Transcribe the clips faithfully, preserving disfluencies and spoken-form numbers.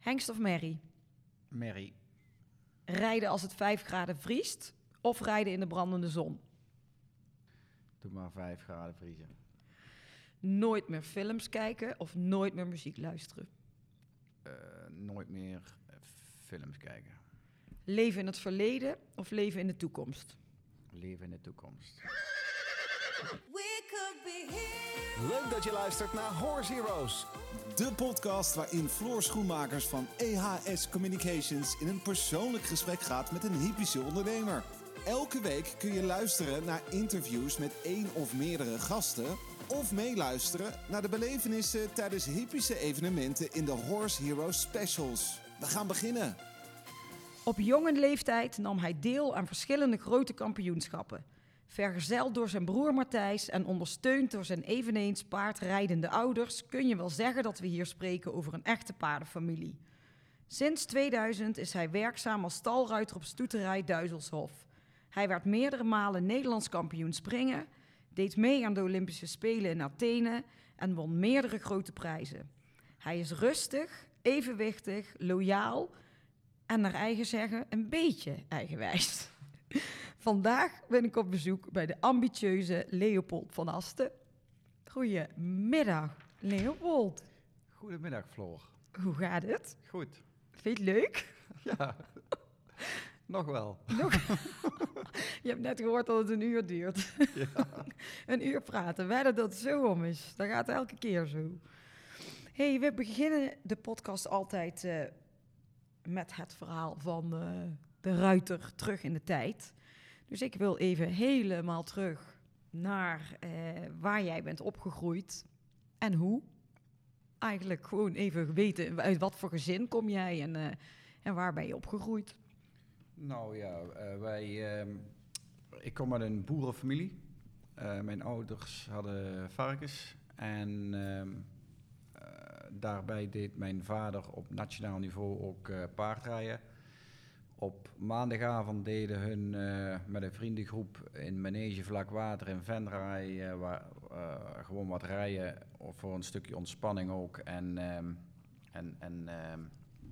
Hengst of merrie? Merrie. Rijden als het vijf graden vriest of rijden in de brandende zon? Doe maar vijf graden vriezen. Nooit meer films kijken of nooit meer muziek luisteren? Uh, nooit meer films kijken. Leven in het verleden of leven in de toekomst? Leven in de toekomst. Leuk dat je luistert naar Horse Heroes. De podcast waarin Floor Schoenmakers van E H S Communications in een persoonlijk gesprek gaat met een hippische ondernemer. Elke week kun je luisteren naar interviews met één of meerdere gasten of meeluisteren naar de belevenissen tijdens hippische evenementen in de Horse Heroes Specials. We gaan beginnen. Op jonge leeftijd nam hij deel aan verschillende grote kampioenschappen. Vergezeld door zijn broer Matthijs en ondersteund door zijn eveneens paardrijdende ouders, kun je wel zeggen dat we hier spreken over een echte paardenfamilie. Sinds tweeduizend is hij werkzaam als stalruiter op stoeterij Duizelshof. Hij werd meerdere malen Nederlands kampioen springen, deed mee aan de Olympische Spelen in Athene en won meerdere grote prijzen. Hij is rustig, evenwichtig, loyaal en naar eigen zeggen een beetje eigenwijs. Vandaag ben ik op bezoek bij de ambitieuze Leopold van Asten. Goedemiddag, Leopold. Goedemiddag, Floor. Hoe gaat het? Goed. Vind je het leuk? Ja, nog wel. Nog? Je hebt net gehoord dat het een uur duurt. Ja. Een uur praten, wedden dat het zo om is. Dat gaat elke keer zo. Hey, we beginnen de podcast altijd uh, met het verhaal van uh, de ruiter terug in de tijd. Dus ik wil even helemaal terug naar uh, waar jij bent opgegroeid en hoe. Eigenlijk gewoon even weten uit wat voor gezin kom jij en, uh, en waar ben je opgegroeid. Nou ja, uh, wij, uh, ik kom uit een boerenfamilie. Uh, mijn ouders hadden varkens en uh, uh, daarbij deed mijn vader op nationaal niveau ook uh, paardrijden. Op maandagavond deden hun uh, met een vriendengroep in Manege Vlak Water in Venray uh, waar, uh, gewoon wat rijden voor een stukje ontspanning ook en, um, en, en um,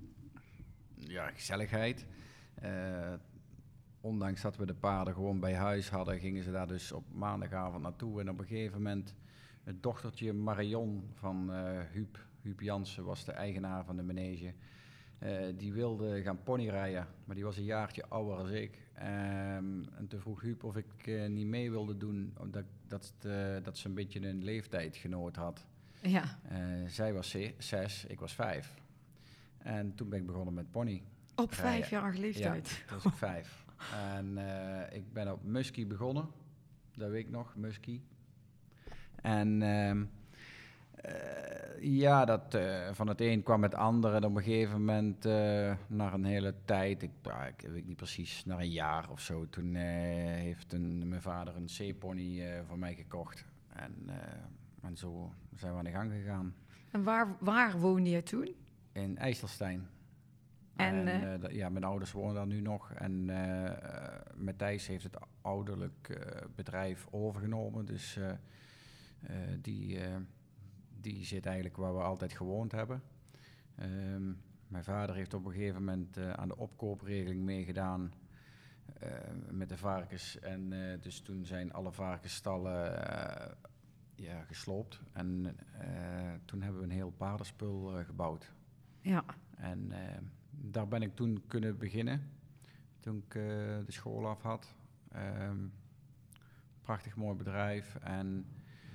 ja, gezelligheid. Uh, ondanks dat we de paarden gewoon bij huis hadden, gingen ze daar dus op maandagavond naartoe. En op een gegeven moment het dochtertje Marion van uh, Huub, Huub Jansen was de eigenaar van de manege. Uh, die wilde gaan ponyrijden, maar die was een jaartje ouder als ik. Um, en toen vroeg Huub of ik uh, niet mee wilde doen, omdat dat, uh, dat ze een beetje een leeftijdgenoot had. Ja. Uh, zij was zes, ik was vijf. En toen ben ik begonnen met pony. Op vijfjarige leeftijd? Ja, toen was ik vijf. En uh, ik ben op Muskie begonnen, dat weet ik nog, Muskie. En... Uh, Uh, ja, dat, uh, van het een kwam het ander en op een gegeven moment, uh, na een hele tijd, ik, uh, ik weet niet precies, na een jaar of zo, toen uh, heeft een, mijn vader een C-pony uh, voor mij gekocht. En, uh, en zo zijn we aan de gang gegaan. En waar, waar woonde jij toen? In IJsselstein. En, en uh, uh, d- ja, mijn ouders wonen daar nu nog. En uh, Matthijs heeft het ouderlijk uh, bedrijf overgenomen, dus uh, uh, die... Uh, Die zit eigenlijk waar we altijd gewoond hebben. Um, mijn vader heeft op een gegeven moment uh, aan de opkoopregeling meegedaan uh, met de varkens. En uh, dus toen zijn alle varkensstallen uh, ja, gesloopt. En uh, toen hebben we een heel paardenspul uh, gebouwd. Ja. En uh, daar ben ik toen kunnen beginnen, toen ik uh, de school af had. Um, prachtig mooi bedrijf en...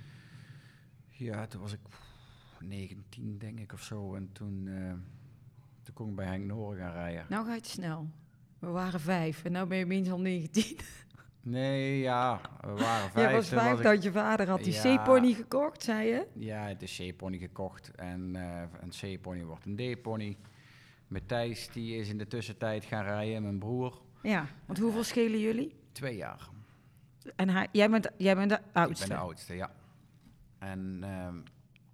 Ja, toen was ik negentien, denk ik, of zo. En toen, uh, toen kon ik bij Henk Noren gaan rijden. Nou ga je te snel. We waren vijf en nu ben je minstens al negentien. Nee, ja, we waren vijf. Jij was vijf was dat ik... je vader had die ja, C-pony gekocht, zei je? Ja, het is C-pony gekocht. En uh, een C-pony wordt een D-pony. Matthijs, die is in de tussentijd gaan rijden, mijn broer. Ja, want hoeveel uh, schelen jullie? Twee jaar. En hij, jij, bent, jij bent de oudste? Ik ben de oudste, ja. En um,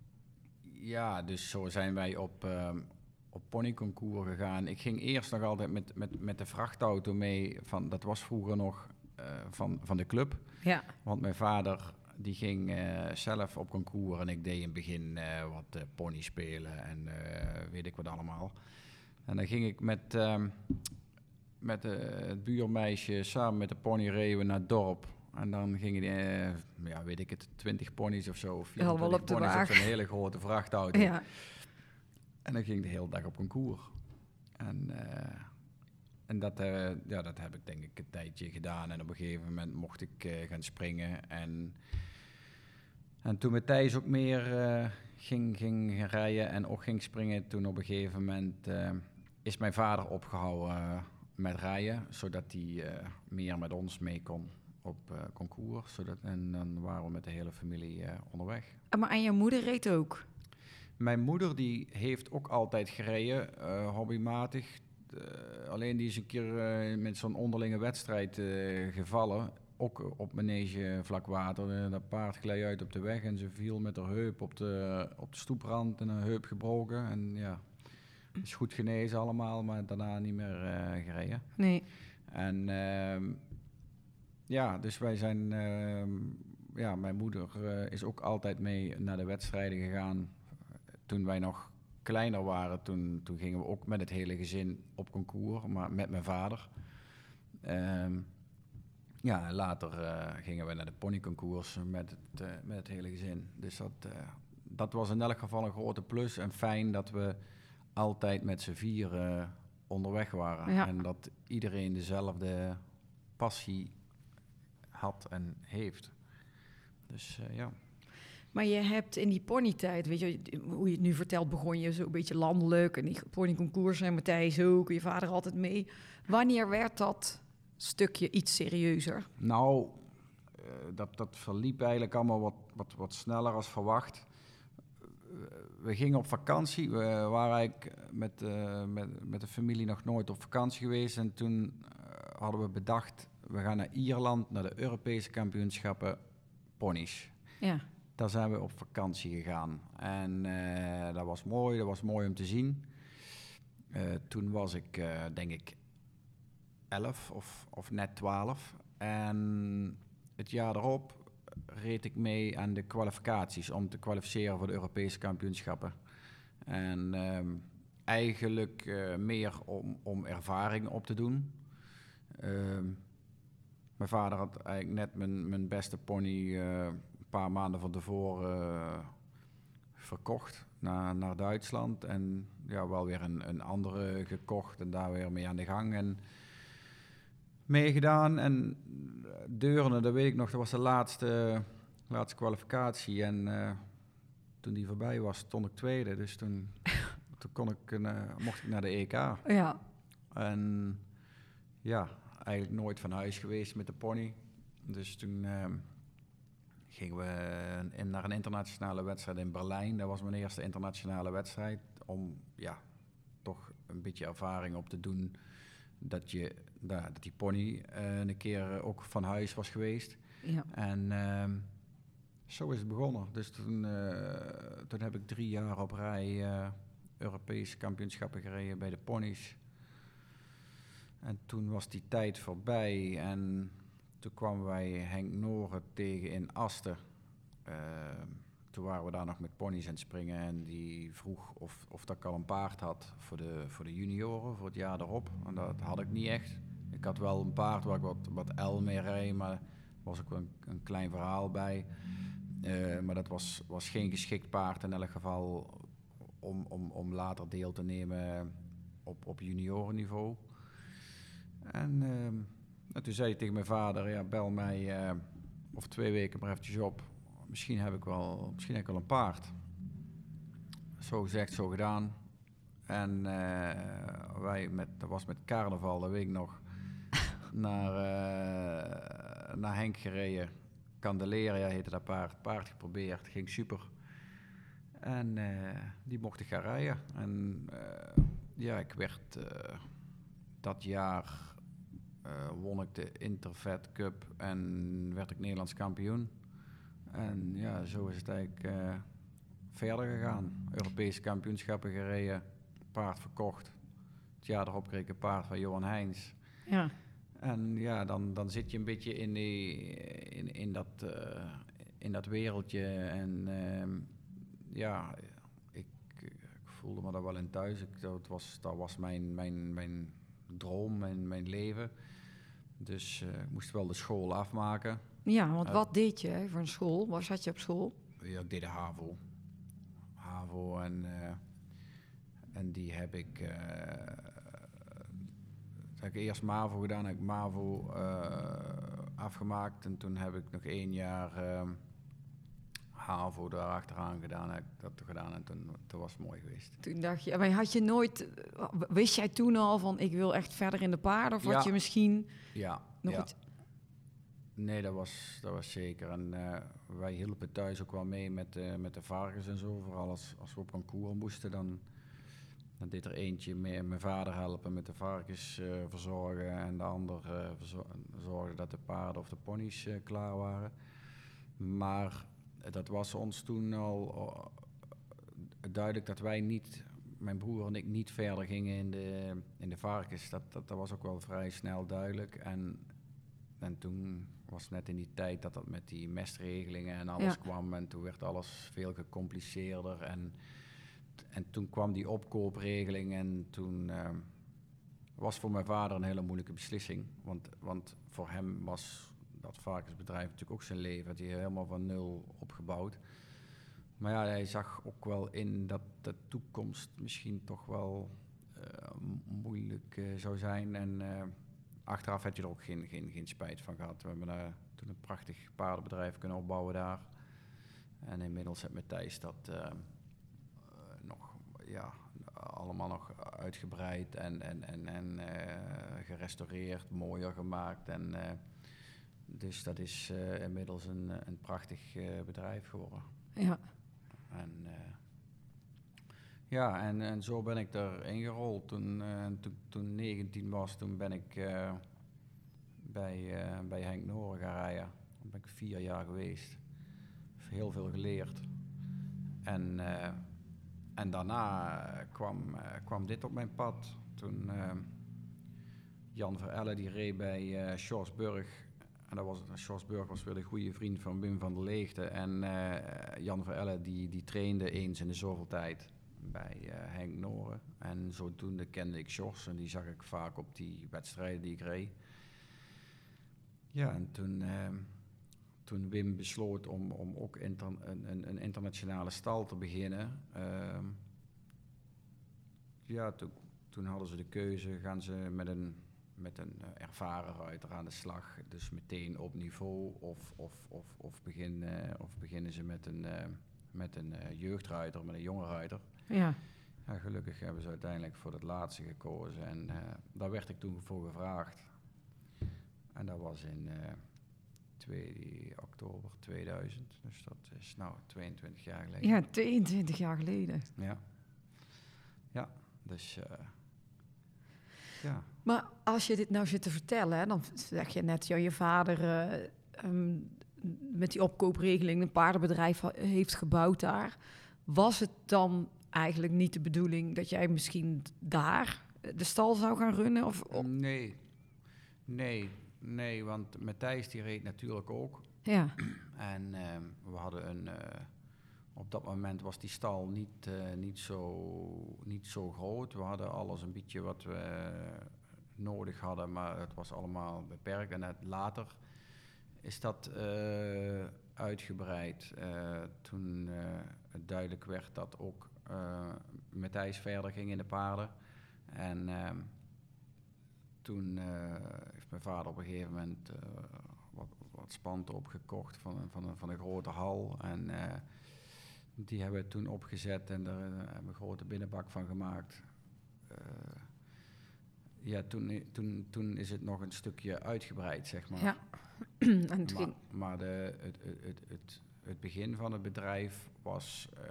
ja, dus zo zijn wij op, um, op ponyconcours gegaan. Ik ging eerst nog altijd met, met, met de vrachtauto mee, van, dat was vroeger nog uh, van, van de club. Ja. Want mijn vader die ging uh, zelf op concours en ik deed in het begin uh, wat uh, pony spelen en uh, weet ik wat allemaal. En dan ging ik met, um, met uh, het buurmeisje samen met de pony reden we naar het dorp. En dan gingen die, uh, ja, weet ik het, twintig ponies of zo, of vierentwintig op de ponies wagen. op een hele grote vrachtauto. Ja. En dan ging ik de hele dag op concours. En, uh, en dat, uh, ja, dat heb ik denk ik een tijdje gedaan. En op een gegeven moment mocht ik uh, gaan springen. En, en toen met Thijs ook meer uh, ging, ging rijden en ook ging springen, toen op een gegeven moment uh, is mijn vader opgehouden uh, met rijden, zodat hij uh, meer met ons mee kon op uh, concours. Zodat, en dan waren we met de hele familie uh, onderweg. Maar en je moeder reed ook? Mijn moeder die heeft ook altijd gereden, uh, hobbymatig. Uh, alleen die is een keer uh, met zo'n onderlinge wedstrijd uh, gevallen. Ook op manege vlak water. Uh, dat paard gleed uit op de weg en ze viel met haar heup op de, op de stoeprand en een heup gebroken. En ja, is goed genezen allemaal, maar daarna niet meer uh, gereden. Nee. En uh, ja, dus wij zijn... Uh, ja, mijn moeder uh, is ook altijd mee naar de wedstrijden gegaan. Toen wij nog kleiner waren, toen, toen gingen we ook met het hele gezin op concours, maar met mijn vader. Um, ja, later uh, gingen we naar de ponyconcours met het, uh, met het hele gezin. Dus dat, uh, dat was in elk geval een grote plus en fijn dat we altijd met z'n vieren uh, onderweg waren. Ja. En dat iedereen dezelfde passie had en heeft. Dus uh, ja. Maar je hebt in die ponytijd, weet je, hoe je het nu vertelt, begon je zo een beetje landelijk en die ponyconcours en Matthijs ook, je vader altijd mee. Wanneer werd dat stukje iets serieuzer? Nou, uh, dat, dat verliep eigenlijk allemaal wat, wat, wat sneller als verwacht. Uh, we gingen op vakantie, we waren eigenlijk met, uh, met, met de familie nog nooit op vakantie geweest en toen uh, hadden we bedacht, we gaan naar Ierland, naar de Europese kampioenschappen ponies. Ja. Daar zijn we op vakantie gegaan. En uh, dat was mooi, dat was mooi om te zien. Uh, toen was ik, uh, denk ik, elf of, of net twaalf. En het jaar erop reed ik mee aan de kwalificaties om te kwalificeren voor de Europese kampioenschappen. En um, eigenlijk uh, meer om, om ervaring op te doen. Um, mijn vader had eigenlijk net mijn, mijn beste pony uh, een paar maanden van tevoren uh, verkocht naar, naar Duitsland. En ja, wel weer een, een andere gekocht en daar weer mee aan de gang. En meegedaan. En Deurne, dat weet ik nog, dat was de laatste, laatste kwalificatie. En uh, toen die voorbij was, stond ik tweede. Dus toen, toen kon ik, uh, mocht ik naar de E K. Ja. En ja, eigenlijk nooit van huis geweest met de pony. Dus toen uh, gingen we in, naar een internationale wedstrijd in Berlijn. Dat was mijn eerste internationale wedstrijd. Om ja, toch een beetje ervaring op te doen dat, je, da, dat die pony uh, een keer uh, ook van huis was geweest. Ja. En uh, zo is het begonnen. Dus toen, uh, toen heb ik drie jaar op rij uh, Europese kampioenschappen gereden bij de ponies. En toen was die tijd voorbij en toen kwamen wij Henk Nooren tegen in Asten. Uh, toen waren we daar nog met ponies aan het springen en die vroeg of, of dat ik al een paard had voor de, voor de junioren, voor het jaar erop. En dat had ik niet echt. Ik had wel een paard waar ik wat, wat L mee reed, maar er was ook wel een, een klein verhaal bij. Uh, maar dat was, was geen geschikt paard in elk geval om, om, om later deel te nemen op, op juniorenniveau. En, uh, en toen zei hij tegen mijn vader, ja, bel mij uh, over twee weken maar eventjes op. Misschien heb ik wel, misschien heb ik wel een paard. Zo gezegd, zo gedaan. En uh, wij, met, dat was met carnaval, dat weet ik nog, naar, uh, naar Henk gereden. Candelaria heette dat paard. Paard geprobeerd, ging super. En uh, die mocht ik gaan rijden. En uh, ja, ik werd uh, dat jaar uh, won ik de Intervet Cup en werd ik Nederlands kampioen. En ja, zo is het eigenlijk uh, verder gegaan. Europese kampioenschappen gereden, paard verkocht. Het jaar erop kreeg ik een paard van Johan Heijns. Ja. En ja, dan, dan zit je een beetje in, die, in, in, dat, uh, in dat wereldje. En uh, ja, ik, ik voelde me daar wel in thuis. Ik, dat was, dat was mijn, mijn, mijn droom, mijn, mijn leven. Dus uh, ik moest wel de school afmaken. Ja, want uh, wat deed je voor een school? Waar zat je op school? Ja, ik deed de HAVO. HAVO en, uh, en die heb ik... Uh, heb ik eerst MAVO gedaan, heb ik MAVO uh, afgemaakt. En toen heb ik nog één jaar uh, HAVO daar achteraan gedaan. Heb ik dat gedaan en toen, toen was het mooi geweest. Toen dacht je, maar had je nooit... Wist jij toen al van, ik wil echt verder in de paarden? Of ja. had je misschien ja, nog ja. iets... Nee, dat was, dat was zeker. En uh, wij hielpen thuis ook wel mee met, uh, met de varkens en zo. Vooral als, als we op een koer moesten, dan, dan deed er eentje mee, mijn vader helpen met de varkens uh, verzorgen. En de ander uh, zorgde dat de paarden of de ponies uh, klaar waren. Maar uh, dat was ons toen al uh, duidelijk dat wij niet, mijn broer en ik, niet verder gingen in de, in de varkens. Dat, dat, dat was ook wel vrij snel duidelijk. En, en toen... was net in die tijd dat dat met die mestregelingen en alles ja. kwam. En toen werd alles veel gecompliceerder. En, en toen kwam die opkoopregeling. En toen uh, was voor mijn vader een hele moeilijke beslissing. Want, want voor hem was dat varkensbedrijf natuurlijk ook zijn leven. Had hij helemaal van nul opgebouwd. Maar ja, hij zag ook wel in dat de toekomst misschien toch wel uh, moeilijk uh, zou zijn. En... Uh, Achteraf heb je er ook geen, geen, geen spijt van gehad. We hebben uh, toen een prachtig paardenbedrijf kunnen opbouwen daar. En inmiddels heeft Matthijs dat uh, uh, nog, ja, allemaal nog uitgebreid en, en, en, en uh, gerestaureerd, mooier gemaakt. En, uh, dus dat is uh, inmiddels een, een prachtig uh, bedrijf geworden. Ja. En, uh, Ja, en, en zo ben ik erin gerold. Toen, uh, toen, toen negentien was, toen ben ik uh, bij, uh, bij Henk Noren gaan rijden. Toen ben ik vier jaar geweest. Heel veel geleerd. En, uh, en daarna kwam, uh, kwam dit op mijn pad. Toen uh, Jan Verelle, die reed bij uh, Sjorsburg. En dat was, Sjorsburg was weer de goede vriend van Wim van der Leegte. En uh, Jan Verelle, die, die trainde eens in de zoveel tijd bij uh, Henk Noren. En zodoende kende ik Sjors en die zag ik vaak op die wedstrijden die ik reed. Ja, en toen, uh, toen Wim besloot om, om ook inter, een, een, een internationale stal te beginnen. Uh, ja, to, toen hadden ze de keuze, gaan ze met een, met een uh, ervaren ruiter aan de slag. Dus meteen op niveau of, of, of, of, begin, uh, of beginnen ze met een, uh, met een uh, jeugdruiter, met een jonge ruiter. Ja. Ja, gelukkig hebben ze uiteindelijk voor het laatste gekozen en uh, daar werd ik toen voor gevraagd. En dat was in uh, twee oktober tweeduizend, dus dat is nou tweeëntwintig jaar geleden. Ja, tweeëntwintig jaar geleden. Ja, ja dus uh, ja. Maar als je dit nou zit te vertellen, hè, dan zeg je net, ja, je vader uh, um, met die opkoopregeling een paardenbedrijf ha- heeft gebouwd daar. Was het dan eigenlijk niet de bedoeling dat jij misschien daar de stal zou gaan runnen? Of, of? Nee, nee, nee, want Matthijs die reed natuurlijk ook. Ja. En uh, we hadden een, uh, op dat moment was die stal niet, uh, niet, zo, niet zo groot. We hadden alles een beetje wat we nodig hadden, maar het was allemaal beperkt. En het, later is dat uh, uitgebreid uh, toen uh, het duidelijk werd dat ook uh, Matthijs verder ging in de paarden. En uh, toen uh, heeft mijn vader op een gegeven moment uh, wat, wat spanten opgekocht van, van, een, van een grote hal. En uh, die hebben we toen opgezet en daar uh, hebben we een grote binnenbak van gemaakt. Uh, ja, toen, toen, toen is het nog een stukje uitgebreid, zeg maar. Ja. en het maar ging... maar de, het, het, het, het, het begin van het bedrijf was uh,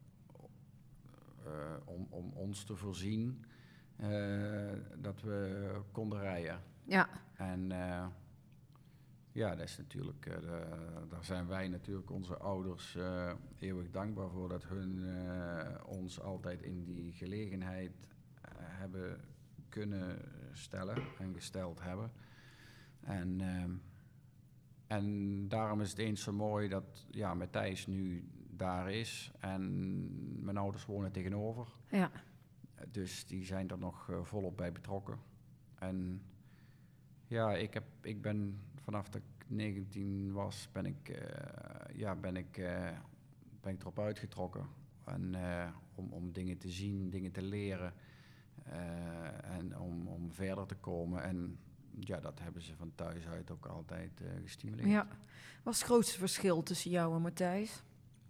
uh, om, om ons te voorzien uh, dat we konden rijden. Ja. En uh, ja, dat is natuurlijk, uh, de, daar zijn wij natuurlijk onze ouders uh, eeuwig dankbaar voor dat hun uh, ons altijd in die gelegenheid uh, hebben kunnen stellen en gesteld hebben. En, uh, en daarom is het eens zo mooi dat ja, Matthijs nu daar is. En mijn ouders wonen tegenover. Ja. Dus die zijn er nog uh, volop bij betrokken. En ja, ik, heb, ik ben vanaf dat ik negentien was, ben ik, uh, ja, ben ik, uh, ben ik erop uitgetrokken. En, uh, om, om dingen te zien, dingen te leren. Uh, en om, om verder te komen. En ja, dat hebben ze van thuis uit ook altijd uh, gestimuleerd. Ja. Wat is het grootste verschil tussen jou en Matthijs?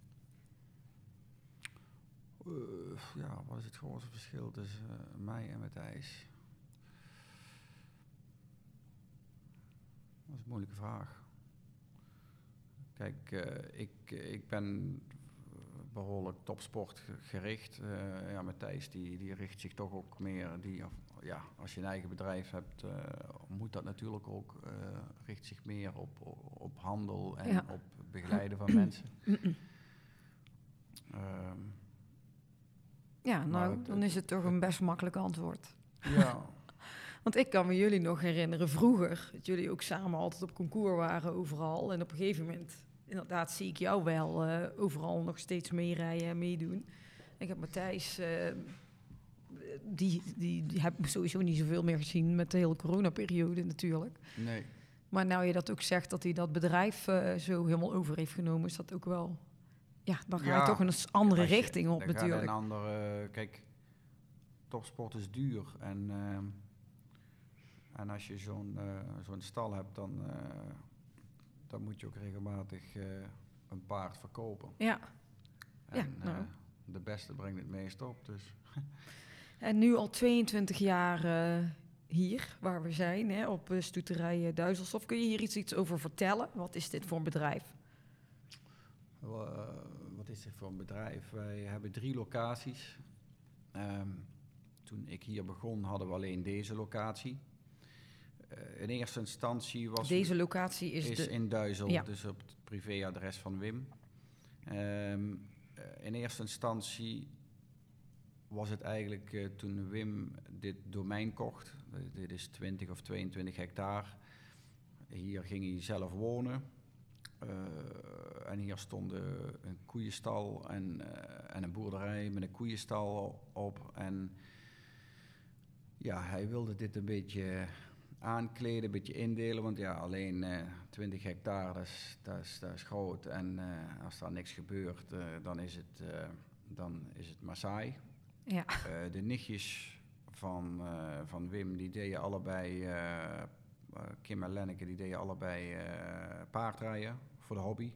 Uh, ja, wat is het grootste verschil tussen uh, mij en Matthijs? Dat is een moeilijke vraag. Kijk, uh, ik, ik ben behoorlijk topsportgericht. Uh, ja, Matthijs die, die richt zich toch ook meer... Die, ja, als je een eigen bedrijf hebt, uh, moet dat natuurlijk ook... Uh, richt zich meer op, op handel en ja. op begeleiden van mensen. um, ja, nou, het, dan is het toch een best makkelijk antwoord. Ja. Want ik kan me jullie nog herinneren vroeger... dat jullie ook samen altijd op concours waren overal. En op een gegeven moment... Inderdaad zie ik jou wel uh, overal nog steeds meerijden en meedoen. Ik heb Matthijs, uh, die, die, die heb ik sowieso niet zoveel meer gezien met de hele coronaperiode natuurlijk. Nee. Maar nou je dat ook zegt dat hij dat bedrijf uh, zo helemaal over heeft genomen, is dat ook wel... Ja, dan ga je ja, toch een andere je, richting op dan natuurlijk. Een andere, kijk, topsport is duur. En, uh, en als je zo'n, uh, zo'n stal hebt, dan... Uh, dan moet je ook regelmatig uh, een paard verkopen. Ja. En ja, nou. uh, de beste brengt het meest op, dus... En nu al tweeëntwintig jaar uh, hier, waar we zijn, hè, op uh, stoeterij Duizelstof. Kun je hier iets, iets over vertellen? Wat is dit voor een bedrijf? Well, uh, wat is dit voor een bedrijf? Wij hebben drie locaties. Um, toen ik hier begon, hadden we alleen deze locatie. Uh, in eerste instantie was... Deze locatie is, is de... in Duizel, ja. dus op het privéadres van Wim. Um, uh, in eerste instantie was het eigenlijk uh, toen Wim dit domein kocht. Uh, dit is twintig of tweeëntwintig hectare. Hier ging hij zelf wonen. Uh, en hier stonden een koeienstal en, uh, en een boerderij met een koeienstal op. En ja, hij wilde dit een beetje... aankleden, een beetje indelen, want ja, alleen uh, twintig hectare, dat is, dat is, dat is groot. En uh, als daar niks gebeurt, uh, dan is het, uh, dan is het maar saai. Ja. Uh, de nichtjes van, uh, van Wim, die deden allebei, uh, uh, Kim en Lenneke, die deden allebei uh, paardrijden voor de hobby.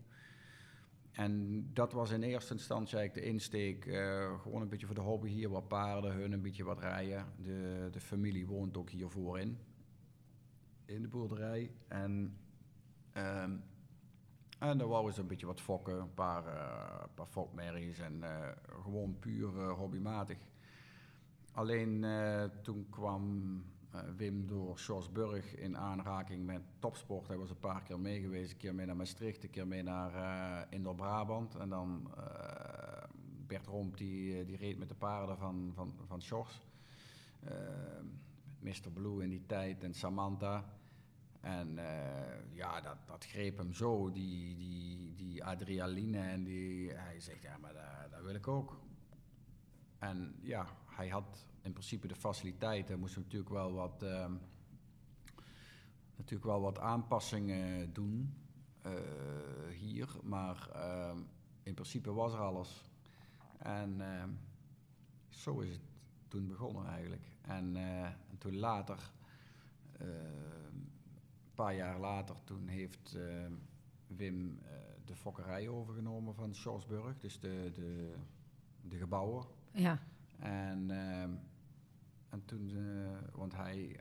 En dat was in eerste instantie eigenlijk de insteek, uh, gewoon een beetje voor de hobby, hier wat paarden, hun een beetje wat rijden. De, de familie woont ook hier voorin. In de boerderij. En, um, en dan wouden ze een beetje wat fokken, een paar, uh, paar fokmerries en uh, gewoon puur uh, hobbymatig. Alleen uh, toen kwam uh, Wim door Sjorsburg in aanraking met topsport. Hij was een paar keer mee geweest, een keer mee naar Maastricht, een keer mee naar uh, Inder-Brabant. En dan uh, Bert Romp die, die reed met de paarden van, van, van Sjors. Uh, mister Blue in die tijd en Samantha. En uh, ja, dat, dat greep hem zo, die, die, die adrenaline. En die, hij zegt, ja, maar dat, dat wil ik ook. En ja, hij had in principe de faciliteiten. Moest natuurlijk wel wat, uh, natuurlijk wel wat aanpassingen doen uh, hier. Maar uh, in principe was er alles. En uh, zo is het toen begonnen eigenlijk. En, uh, en toen later, uh, een paar jaar later, toen heeft uh, Wim uh, de fokkerij overgenomen van Sjorsburg. Dus de, de, de gebouwen. Ja. En, uh, en toen, uh, want hij,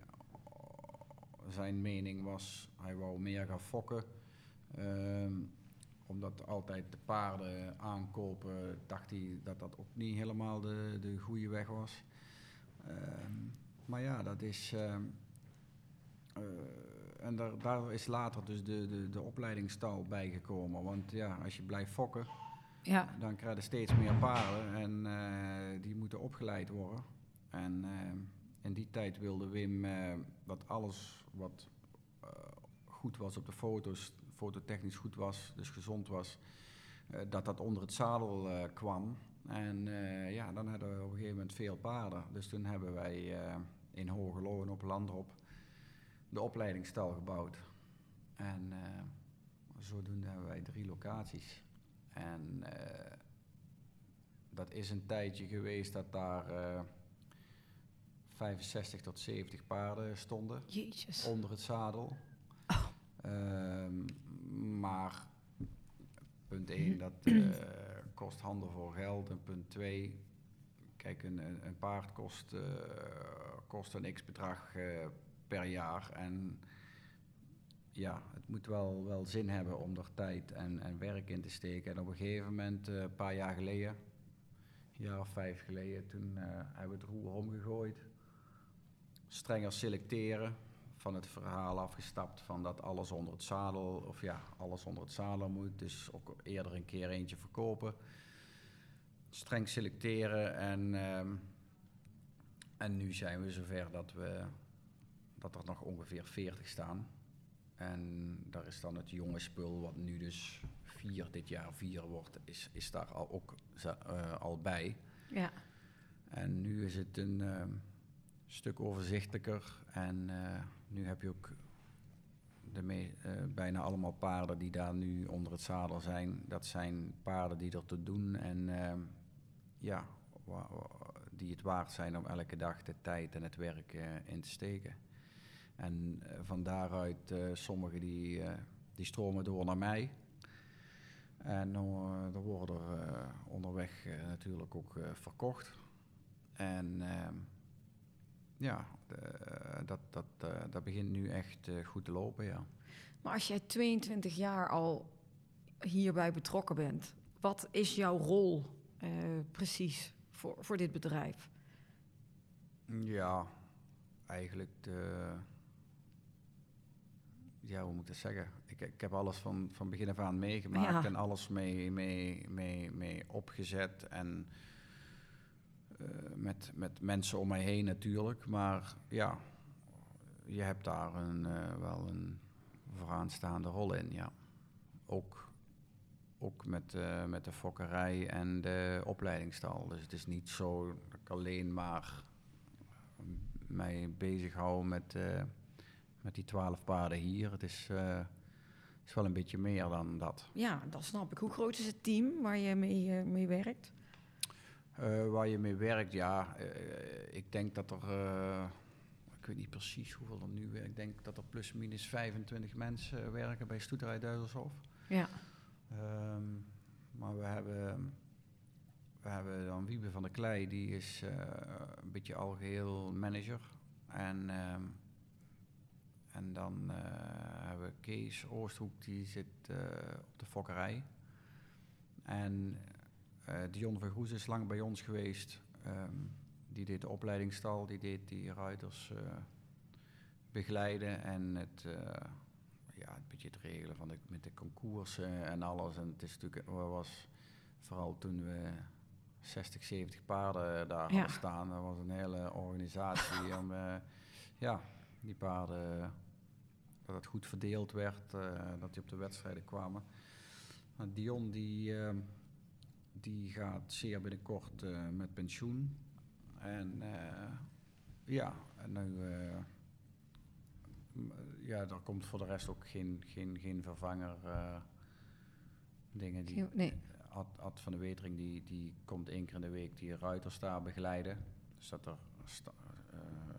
zijn mening was, hij wou meer gaan fokken. Uh, omdat altijd de paarden aankopen, dacht hij dat dat ook niet helemaal de, de goede weg was. Um, maar ja, dat is... Um, uh, en daar, daar is later dus de, de, de opleidingsstal bijgekomen. Want ja, als je blijft fokken, ja. dan krijg je steeds meer paarden. En uh, die moeten opgeleid worden. En uh, in die tijd wilde Wim uh, dat alles wat uh, goed was op de foto's, fototechnisch goed was, dus gezond was, uh, dat dat onder het zadel uh, kwam. En uh, ja, dan hadden we op een gegeven moment veel paarden. Dus toen hebben wij uh, in Hogelo en op Landrop de opleidingsstal gebouwd. En uh, zodoende hebben wij drie locaties. En uh, dat is een tijdje geweest dat daar uh, vijfenzestig tot zeventig paarden stonden. Jeetjes. Onder het zadel. Oh. Uh, maar punt één, dat uh, kost handen voor geld. En punt twee, kijk, een, een paard kost, uh, kost een x-bedrag uh, per jaar. En ja, het moet wel, wel zin hebben om er tijd en, en werk in te steken. En op een gegeven moment, uh, een paar jaar geleden, een jaar of vijf geleden, toen uh, hebben we het roer omgegooid. Strenger selecteren, van het verhaal afgestapt van dat alles onder het zadel, of ja, alles onder het zadel moet. Dus ook eerder een keer eentje verkopen. Streng selecteren en, um, en nu zijn we zover dat, we, dat er nog ongeveer veertig staan. En daar is dan het jonge spul, wat nu dus vier, dit jaar vier wordt, is, is daar al ook uh, al bij. Ja. En nu is het een uh, stuk overzichtelijker. En uh, nu heb je ook de me- uh, bijna allemaal paarden die daar nu onder het zadel zijn. Dat zijn paarden die er te doen en uh, ja, wa- wa- die het waard zijn om elke dag de tijd en het werk uh, in te steken. En uh, van daaruit, uh, sommigen die, uh, die stromen door naar mij. En uh, er worden er uh, onderweg uh, natuurlijk ook uh, verkocht. En uh, ja, de, dat, dat, uh, dat begint nu echt uh, goed te lopen, ja. Maar als jij tweeëntwintig jaar al hierbij betrokken bent, wat is jouw rol uh, precies voor, voor dit bedrijf? Ja, eigenlijk de... Ja, hoe moet ik dat zeggen? Ik, ik heb alles van, van begin af aan meegemaakt ja. en alles mee, mee, mee, mee opgezet. En uh, met, met mensen om mij heen natuurlijk. Maar ja, je hebt daar een, uh, wel een vooraanstaande rol in, ja. Ook, ook met, uh, met de fokkerij en de opleidingsstal. Dus het is niet zo dat ik alleen maar mij bezighoud met... Uh, Met die twaalf paarden hier. Het is, uh, is wel een beetje meer dan dat. Ja, dat snap ik. Hoe groot is het team waar je mee, uh, mee werkt? Uh, waar je mee werkt, ja. Uh, ik denk dat er... Uh, ik weet niet precies hoeveel er nu werkt. Ik denk dat er plus minus vijfentwintig mensen werken bij Stoeterij Duidershof. Ja. Um, maar we hebben... We hebben dan Wiebe van der Klei. Die is uh, een beetje algeheel manager. En... Um, En dan uh, hebben we Kees Oosthoek, die zit uh, op de fokkerij. En uh, Dion van Goes is lang bij ons geweest. Um, die deed de opleidingsstal, die deed die ruiters uh, begeleiden. En het, uh, ja, een beetje het regelen van de, met de concoursen en alles. En het is natuurlijk, was vooral toen we zestig, zeventig paarden daar ja. hadden staan. Dat was een hele organisatie om uh, ja, die paarden... dat het goed verdeeld werd, uh, dat die op de wedstrijden kwamen. Maar Dion die, uh, die gaat zeer binnenkort uh, met pensioen. En uh, ja, en nu, uh, ja, er komt voor de rest ook geen, geen, geen vervanger. Uh, dingen die... Nee. Ad, Ad van de Wetering die, die komt één keer in de week die ruiters daar begeleiden. Dus dat er... Sta, uh,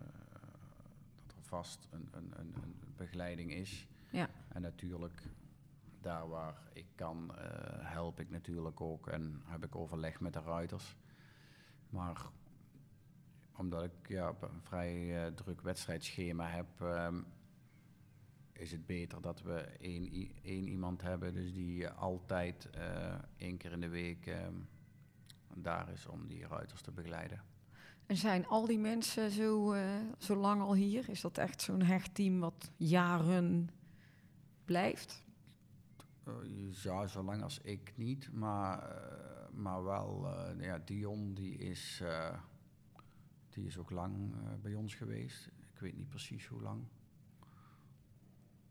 vast een, een, een, een begeleiding is. Ja. En natuurlijk, daar waar ik kan, uh, help ik natuurlijk ook en heb ik overleg met de ruiters. Maar omdat ik ja, een vrij uh, druk wedstrijdschema heb, um, is het beter dat we één, één iemand hebben, dus die uh, altijd uh, één keer in de week um, daar is om die ruiters te begeleiden. En zijn al die mensen zo, uh, zo lang al hier? Is dat echt zo'n hecht team wat jaren blijft? Uh, ja, zo lang als ik niet. Maar, uh, maar wel, uh, ja, Dion die is, uh, die is ook lang uh, bij ons geweest. Ik weet niet precies hoe lang.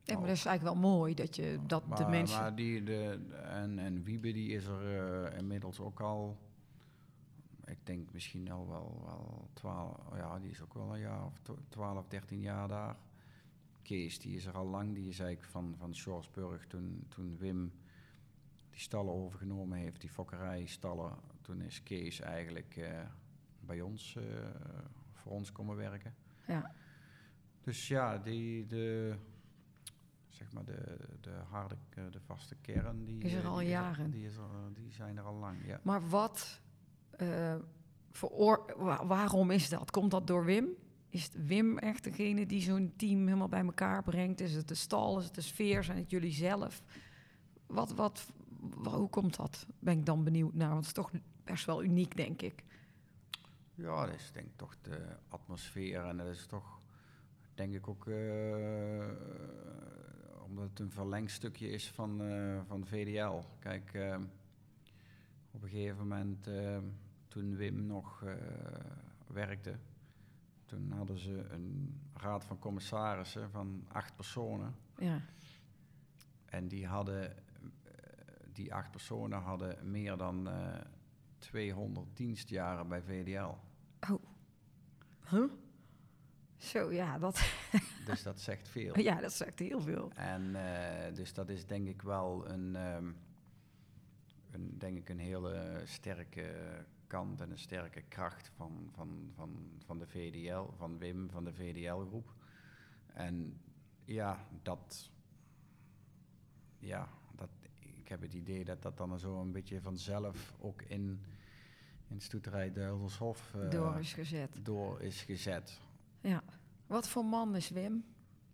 Ja, maar dat is eigenlijk wel mooi dat je dat maar, de mensen... Maar die, de, en, en Wiebe die is er uh, inmiddels ook al, ik denk misschien al wel, wel twaalf, ja die is ook wel een jaar of twaalf, dertien jaar daar. Kees die is er al lang, die is eigenlijk van, van Sjorsburg toen, toen Wim die stallen overgenomen heeft, die fokkerijstallen. Toen is Kees eigenlijk uh, bij ons, uh, voor ons komen werken. Ja. Dus ja, die, de, zeg maar de, de harde, de vaste kern, die is er al die jaren. Is er, die, is er, die zijn er al lang, ja. Maar wat, uh, veroor- wa- waarom is dat? Komt dat door Wim? Is het Wim echt degene die zo'n team helemaal bij elkaar brengt? Is het de stal, is het de sfeer, zijn het jullie zelf? Wat, wat, wat, hoe komt dat? Ben ik dan benieuwd naar, want het is toch best wel uniek, denk ik. Ja, dat is denk ik toch de atmosfeer en dat is toch, denk ik ook, uh, omdat het een verlengstukje is van, uh, van V D L. Kijk, uh, op een gegeven moment, uh, toen Wim nog uh, werkte, toen hadden ze een raad van commissarissen van acht personen. Ja. En die hadden, die acht personen hadden meer dan uh, tweehonderd dienstjaren bij V D L. Oh. Huh? Zo, ja, dat... Dus dat zegt veel. Ja, dat zegt heel veel. En uh, dus dat is denk ik wel een, um, een, denk ik een hele sterke kant en een sterke kracht van, van, van, van de V D L, van Wim, van de V D L-groep. En ja, dat... Ja, dat, ik heb het idee dat dat dan zo een beetje vanzelf ook in, in Stoeterij Duivelshof uh, door is gezet. Door is gezet. Ja. Wat voor man is Wim?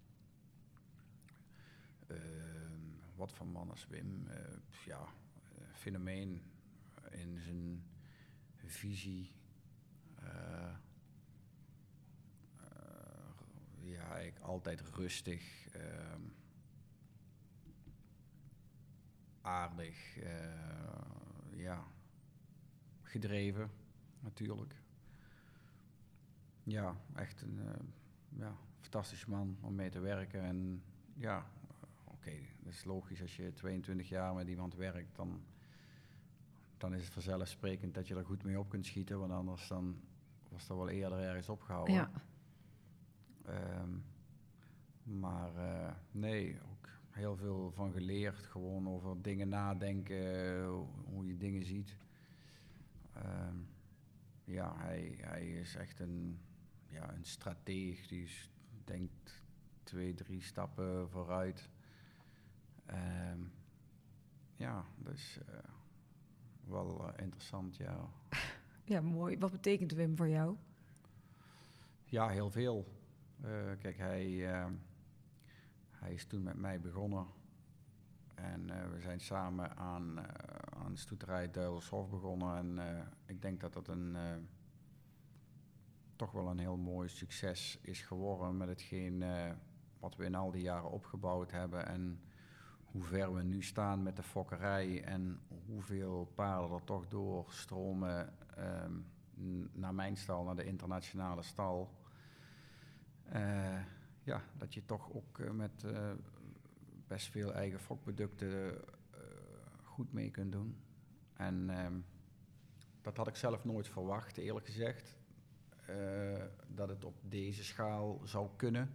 Uh, wat voor man is Wim? Uh, ja, uh, fenomeen in zijn visie. Uh, uh, ja, ik altijd rustig. Uh, aardig, uh, ja, gedreven natuurlijk. Ja, echt een uh, ja, fantastische man om mee te werken. En ja, uh, oké, okay, dat is logisch als je tweeëntwintig jaar met iemand werkt, dan, dan is het vanzelfsprekend dat je er goed mee op kunt schieten, want anders dan was dat wel eerder ergens opgehouden. Ja. Um, maar uh, nee, ook heel veel van geleerd, gewoon over dingen nadenken, hoe je dingen ziet. Um, ja, hij, hij is echt een, ja, een strateeg, die denkt twee, drie stappen vooruit. Um, ja, dus uh, wel uh, interessant, ja. Ja, mooi. Wat betekent Wim voor jou? Ja, heel veel. Uh, kijk, hij... Uh, Hij is toen met mij begonnen en uh, we zijn samen aan, uh, aan Stoeterij Duivelshof begonnen. En uh, ik denk dat dat een, uh, toch wel een heel mooi succes is geworden met hetgeen uh, wat we in al die jaren opgebouwd hebben. En hoe ver we nu staan met de fokkerij en hoeveel paarden er toch doorstromen uh, n- naar mijn stal, naar de internationale stal. Uh, Ja, dat je toch ook uh, met uh, best veel eigen fokproducten uh, goed mee kunt doen. En um, dat had ik zelf nooit verwacht, eerlijk gezegd. Uh, dat het op deze schaal zou kunnen.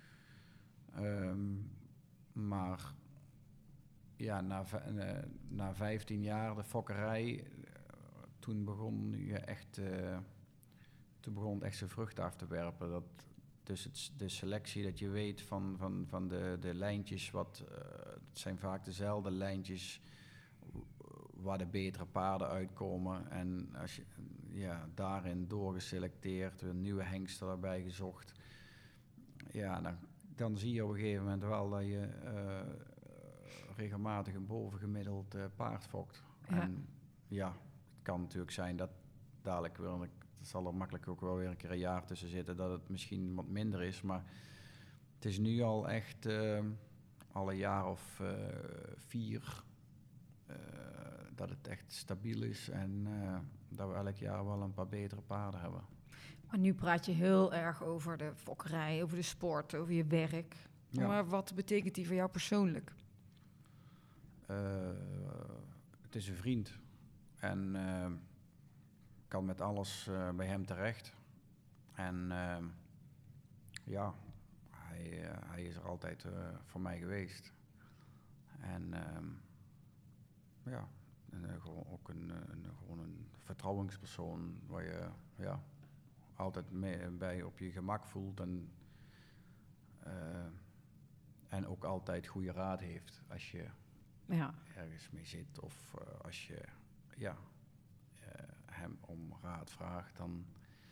Um, maar ja, na, uh, na vijftien jaar de fokkerij, uh, toen begon je echt, uh, toen begon het echt zijn vrucht af te werpen. Dat, Dus het, de selectie dat je weet van, van, van de, de lijntjes, wat, uh, het zijn vaak dezelfde lijntjes waar de betere paarden uitkomen. En als je ja, daarin doorgeselecteerd, een nieuwe hengsten erbij gezocht, ja, dan, dan zie je op een gegeven moment wel dat je uh, regelmatig een bovengemiddeld uh, paard fokt. Ja. En ja, het kan natuurlijk zijn dat dadelijk weer een Het zal er makkelijk ook wel weer een keer een jaar tussen zitten dat het misschien wat minder is. Maar het is nu al echt uh, al een jaar of uh, vier uh, dat het echt stabiel is. En uh, dat we elk jaar wel een paar betere paarden hebben. Maar nu praat je heel erg over de fokkerij, over de sport, over je werk. Ja. Maar wat betekent die voor jou persoonlijk? Uh, het is een vriend. En uh, kan met alles uh, bij hem terecht. En uh, ja, hij, uh, hij is er altijd uh, voor mij geweest. En uh, ja, en, uh, gewoon ook een, een, gewoon een vertrouwenspersoon waar je ja, altijd mee, bij op je gemak voelt. En, uh, en ook altijd goede raad heeft als je ja. ergens mee zit. Of uh, als je ja, uh, hem om raad vraagt, dan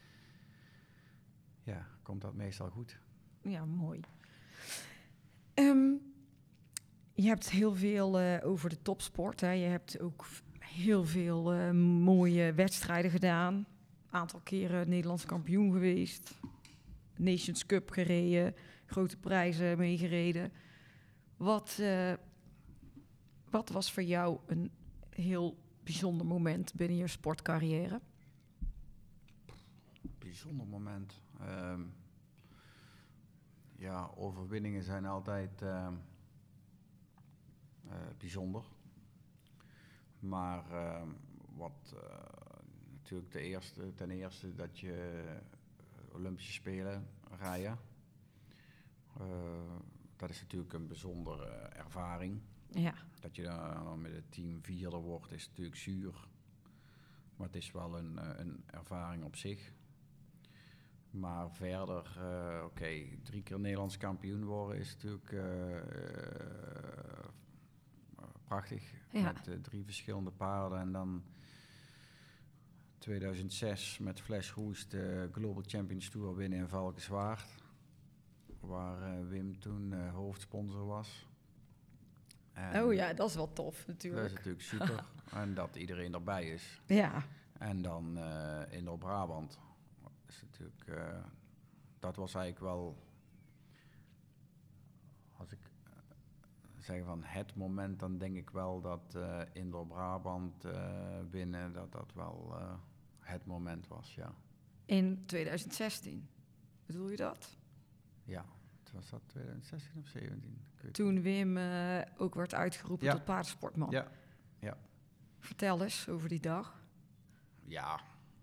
ja, komt dat meestal goed. Ja, mooi. Um, je hebt heel veel uh, over de topsport. Hè. Je hebt ook heel veel uh, mooie wedstrijden gedaan. Een aantal keren Nederlands kampioen geweest. Nations Cup gereden. Grote prijzen meegereden. Wat, uh, wat was voor jou een heel bijzonder moment binnen je sportcarrière? Bijzonder moment. Um, ja, overwinningen zijn altijd uh, uh, bijzonder. Maar uh, wat uh, natuurlijk de eerste, ten eerste dat je Olympische Spelen rijden. Uh, dat is natuurlijk een bijzondere ervaring. Ja. Dat je dan met het team vierde wordt is natuurlijk zuur. Maar het is wel een, een ervaring op zich. Maar verder, uh, oké, okay, drie keer Nederlands kampioen worden is natuurlijk uh, uh, prachtig. Ja. Met uh, drie verschillende paarden. En dan tweeduizend zes met Flash Roes de Global Champions Tour winnen in Valkenswaard. Waar uh, Wim toen uh, hoofdsponsor was. En oh ja, dat is wel tof natuurlijk. Dat is natuurlijk super. En dat iedereen erbij is. Ja. En dan uh, in Noord-Brabant. Is natuurlijk, uh, dat was eigenlijk wel, als ik uh, zeg van het moment, dan denk ik wel dat uh, in Noord-Brabant uh, winnen, dat dat wel uh, het moment was, ja. In tweeduizend zestien, bedoel je dat? Ja, was dat tweeduizend zestien of zeventien? Toen Wim uh, ook werd uitgeroepen ja. tot paardensportman. Ja, ja. Vertel eens over die dag. Ja.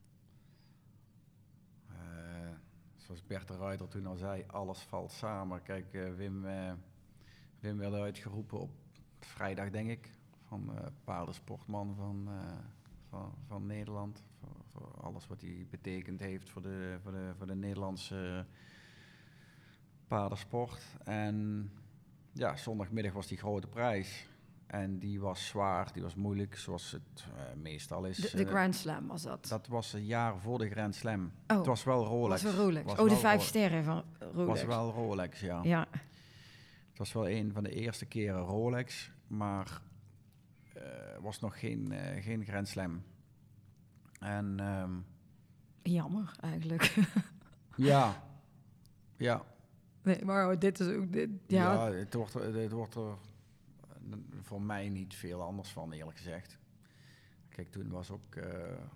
Uh, zoals Bert de Ruiter toen al zei, alles valt samen. Kijk, uh, Wim, uh, Wim werd uitgeroepen op vrijdag, denk ik, van uh, paardensportman van, uh, van, van Nederland. Voor, voor alles wat hij betekend heeft voor de, voor de, voor de Nederlandse uh, paardensport. En ja, zondagmiddag was die grote prijs. En die was zwaar, die was moeilijk, zoals het uh, meestal is. De, de Grand Slam was dat? Dat was een jaar voor de Grand Slam. Oh, het was wel Rolex. Was wel Rolex. Was oh, de wel vijf Rolex. sterren van Rolex. Het was wel Rolex, ja. Ja. Het was wel een van de eerste keren Rolex, maar uh, was nog geen, uh, geen Grand Slam. En, um, jammer, eigenlijk. ja, ja. Nee, maar dit is ook... Dit, ja, ja het, wordt er, het wordt er voor mij niet veel anders van, eerlijk gezegd. Kijk, toen was ook... Uh,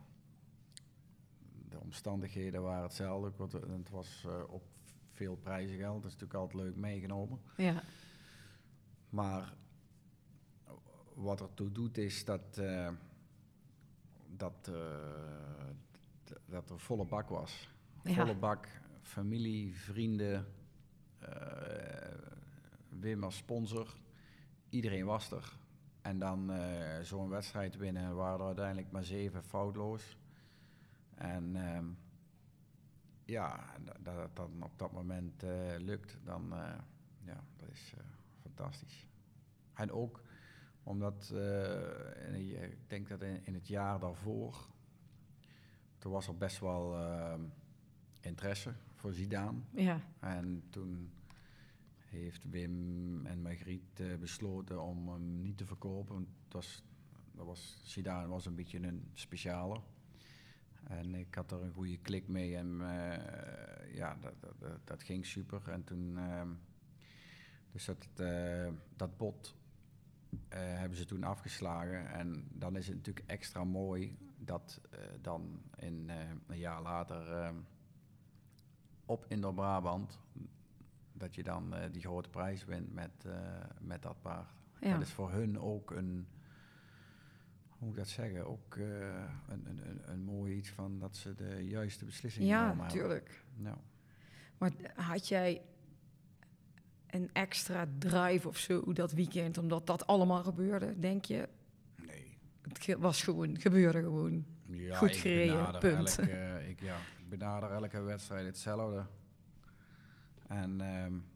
de omstandigheden waren hetzelfde. Het was uh, ook veel prijzengeld. Dat is natuurlijk altijd leuk meegenomen. Ja. Maar wat er toe doet is dat, uh, dat, uh, d- dat er volle bak was. Ja. Volle bak, familie, vrienden, uh, Wim als sponsor. Iedereen was er. En dan uh, zo'n wedstrijd winnen waren er uiteindelijk maar zeven foutloos. En um, ja, dat dat dan op dat moment uh, lukt, dan uh, ja, dat is uh, fantastisch. En ook omdat, uh, ik denk dat in, in het jaar daarvoor, toen was er best wel uh, interesse voor Zidane. Ja. En toen heeft Wim en Margriet uh, besloten om hem niet te verkopen. Want het was, dat was, Zidane was een beetje een speciale. En ik had er een goede klik mee en uh, ja, dat, dat, dat ging super. En toen, uh, dus dat, uh, dat bod uh, hebben ze toen afgeslagen. En dan is het natuurlijk extra mooi dat uh, dan in, uh, een jaar later uh, op Indoor-Brabant dat je dan uh, die grote prijs wint met, uh, met dat paard. Ja. Dat is voor hun ook een, hoe moet ik dat zeggen, ook uh, een, een, een, een mooi iets van dat ze de juiste beslissing ja, genomen hebben. Tuurlijk. Ja, Maar had jij een extra drive of zo dat weekend, omdat dat allemaal gebeurde, denk je? nee. Het ge- was gewoon, gebeurde gewoon. Ja, Goed ik gereden, benader punt. Elke, uh, ik, ja, ik benader elke wedstrijd hetzelfde. En um,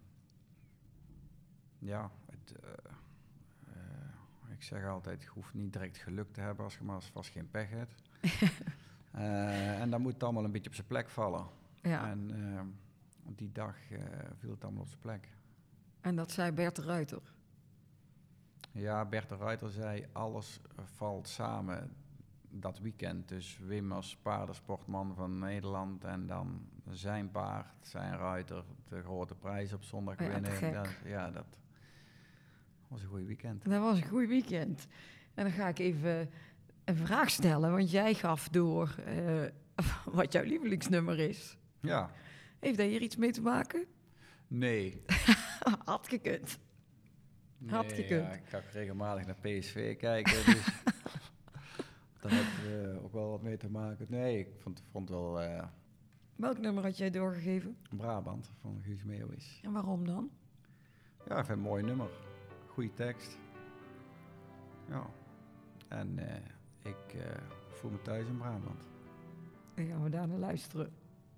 ja, het, uh, uh, ik zeg altijd, je hoeft niet direct geluk te hebben als je maar vast geen pech hebt. uh, en dan moet het allemaal een beetje op zijn plek vallen. Ja. En uh, die dag uh, viel het allemaal op zijn plek. En dat zei Bert de Ruiter. Ja, Bert de Ruiter zei, alles valt samen dat weekend. Dus Wim als paardensportman van Nederland en dan zijn paard, zijn ruiter, de grote prijs op zondag Ja, te winnen. gek. Dat, ja, dat was een goed weekend. Dat was een goed weekend. En dan ga ik even een vraag stellen, want jij gaf door uh, wat jouw lievelingsnummer is. Ja. Heeft dat hier iets mee te maken? Nee. Had gekund. nee Had gekund. Ja, ik ga regelmatig naar P S V kijken, dus daar heeft uh, ook wel wat mee te maken. Nee, ik vond, vond wel uh, Welk nummer had jij doorgegeven? Brabant van Guus Meeuwis. En waarom dan? Ja, ik vind het een mooi nummer. Goeie tekst. Ja. En uh, ik uh, voel me thuis in Brabant. Dan gaan we daar naar luisteren.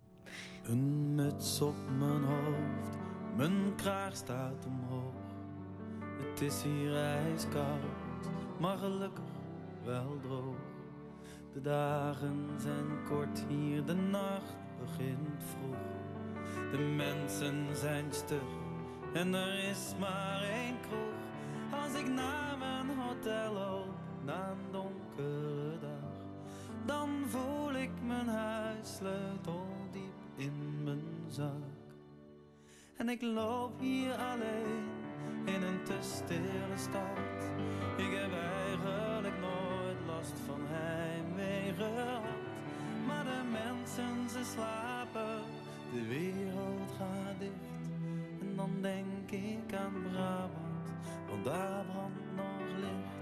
Een muts op mijn hoofd, mijn kraag staat omhoog. Het is hier ijskoud, maar gelukkig wel droog. De dagen zijn kort hier, de nacht begint vroeg. De mensen zijn stug en er is maar één kroeg. Als ik naar mijn hotel loop, na een donkere dag, dan voel ik mijn huissleutel diep in mijn zak. En ik loop hier alleen in een te stille stad. Ik heb eigenlijk nooit last van heimwee gehad. Maar de mensen, ze slapen, de wereld gaat dicht. En dan denk ik aan Brabant, want daar brandt nog licht.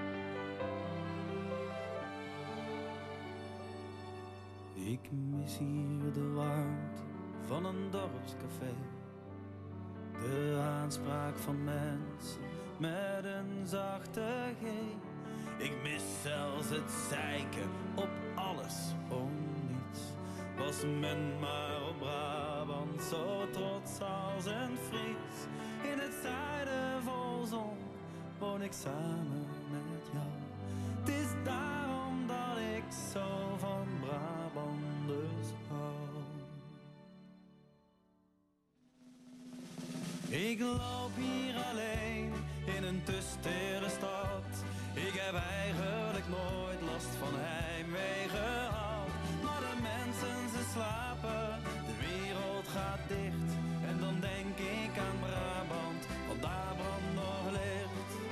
Ik mis hier de warmte van een dorpscafé. De aanspraak van mensen met een zachte G. Ik mis zelfs het zeiken op alles om niets. Was men maar op Brabant zo trots als een Fries. In het zuiden vol zon woon ik samen met jou. Het is daarom dat ik zo van Brabanders hou. Ik loop hier alleen in een te stille stad. Ik heb eigenlijk nooit last van heimwee gehad. Maar de mensen, ze slapen, de wereld gaat dicht. En dan denk ik aan Brabant, want daar brandt nog licht.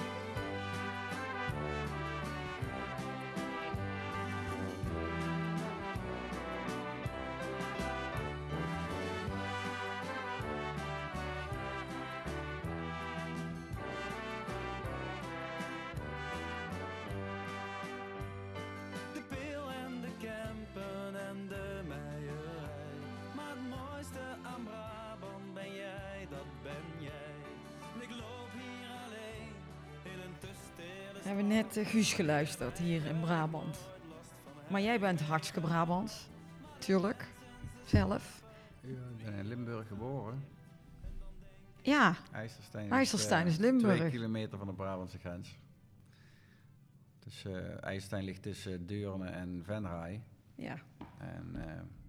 We hebben net uh, Guus geluisterd hier in Brabant. Maar jij bent hartstikke Brabant. Tuurlijk. Zelf. Ja, ik ben in Limburg geboren. Ja. IJsselstein is, IJsselstein uh, is Limburg. Twee kilometer van de Brabantse grens. Dus uh, IJsselstein ligt tussen Deurne en Venray. Ja. En uh,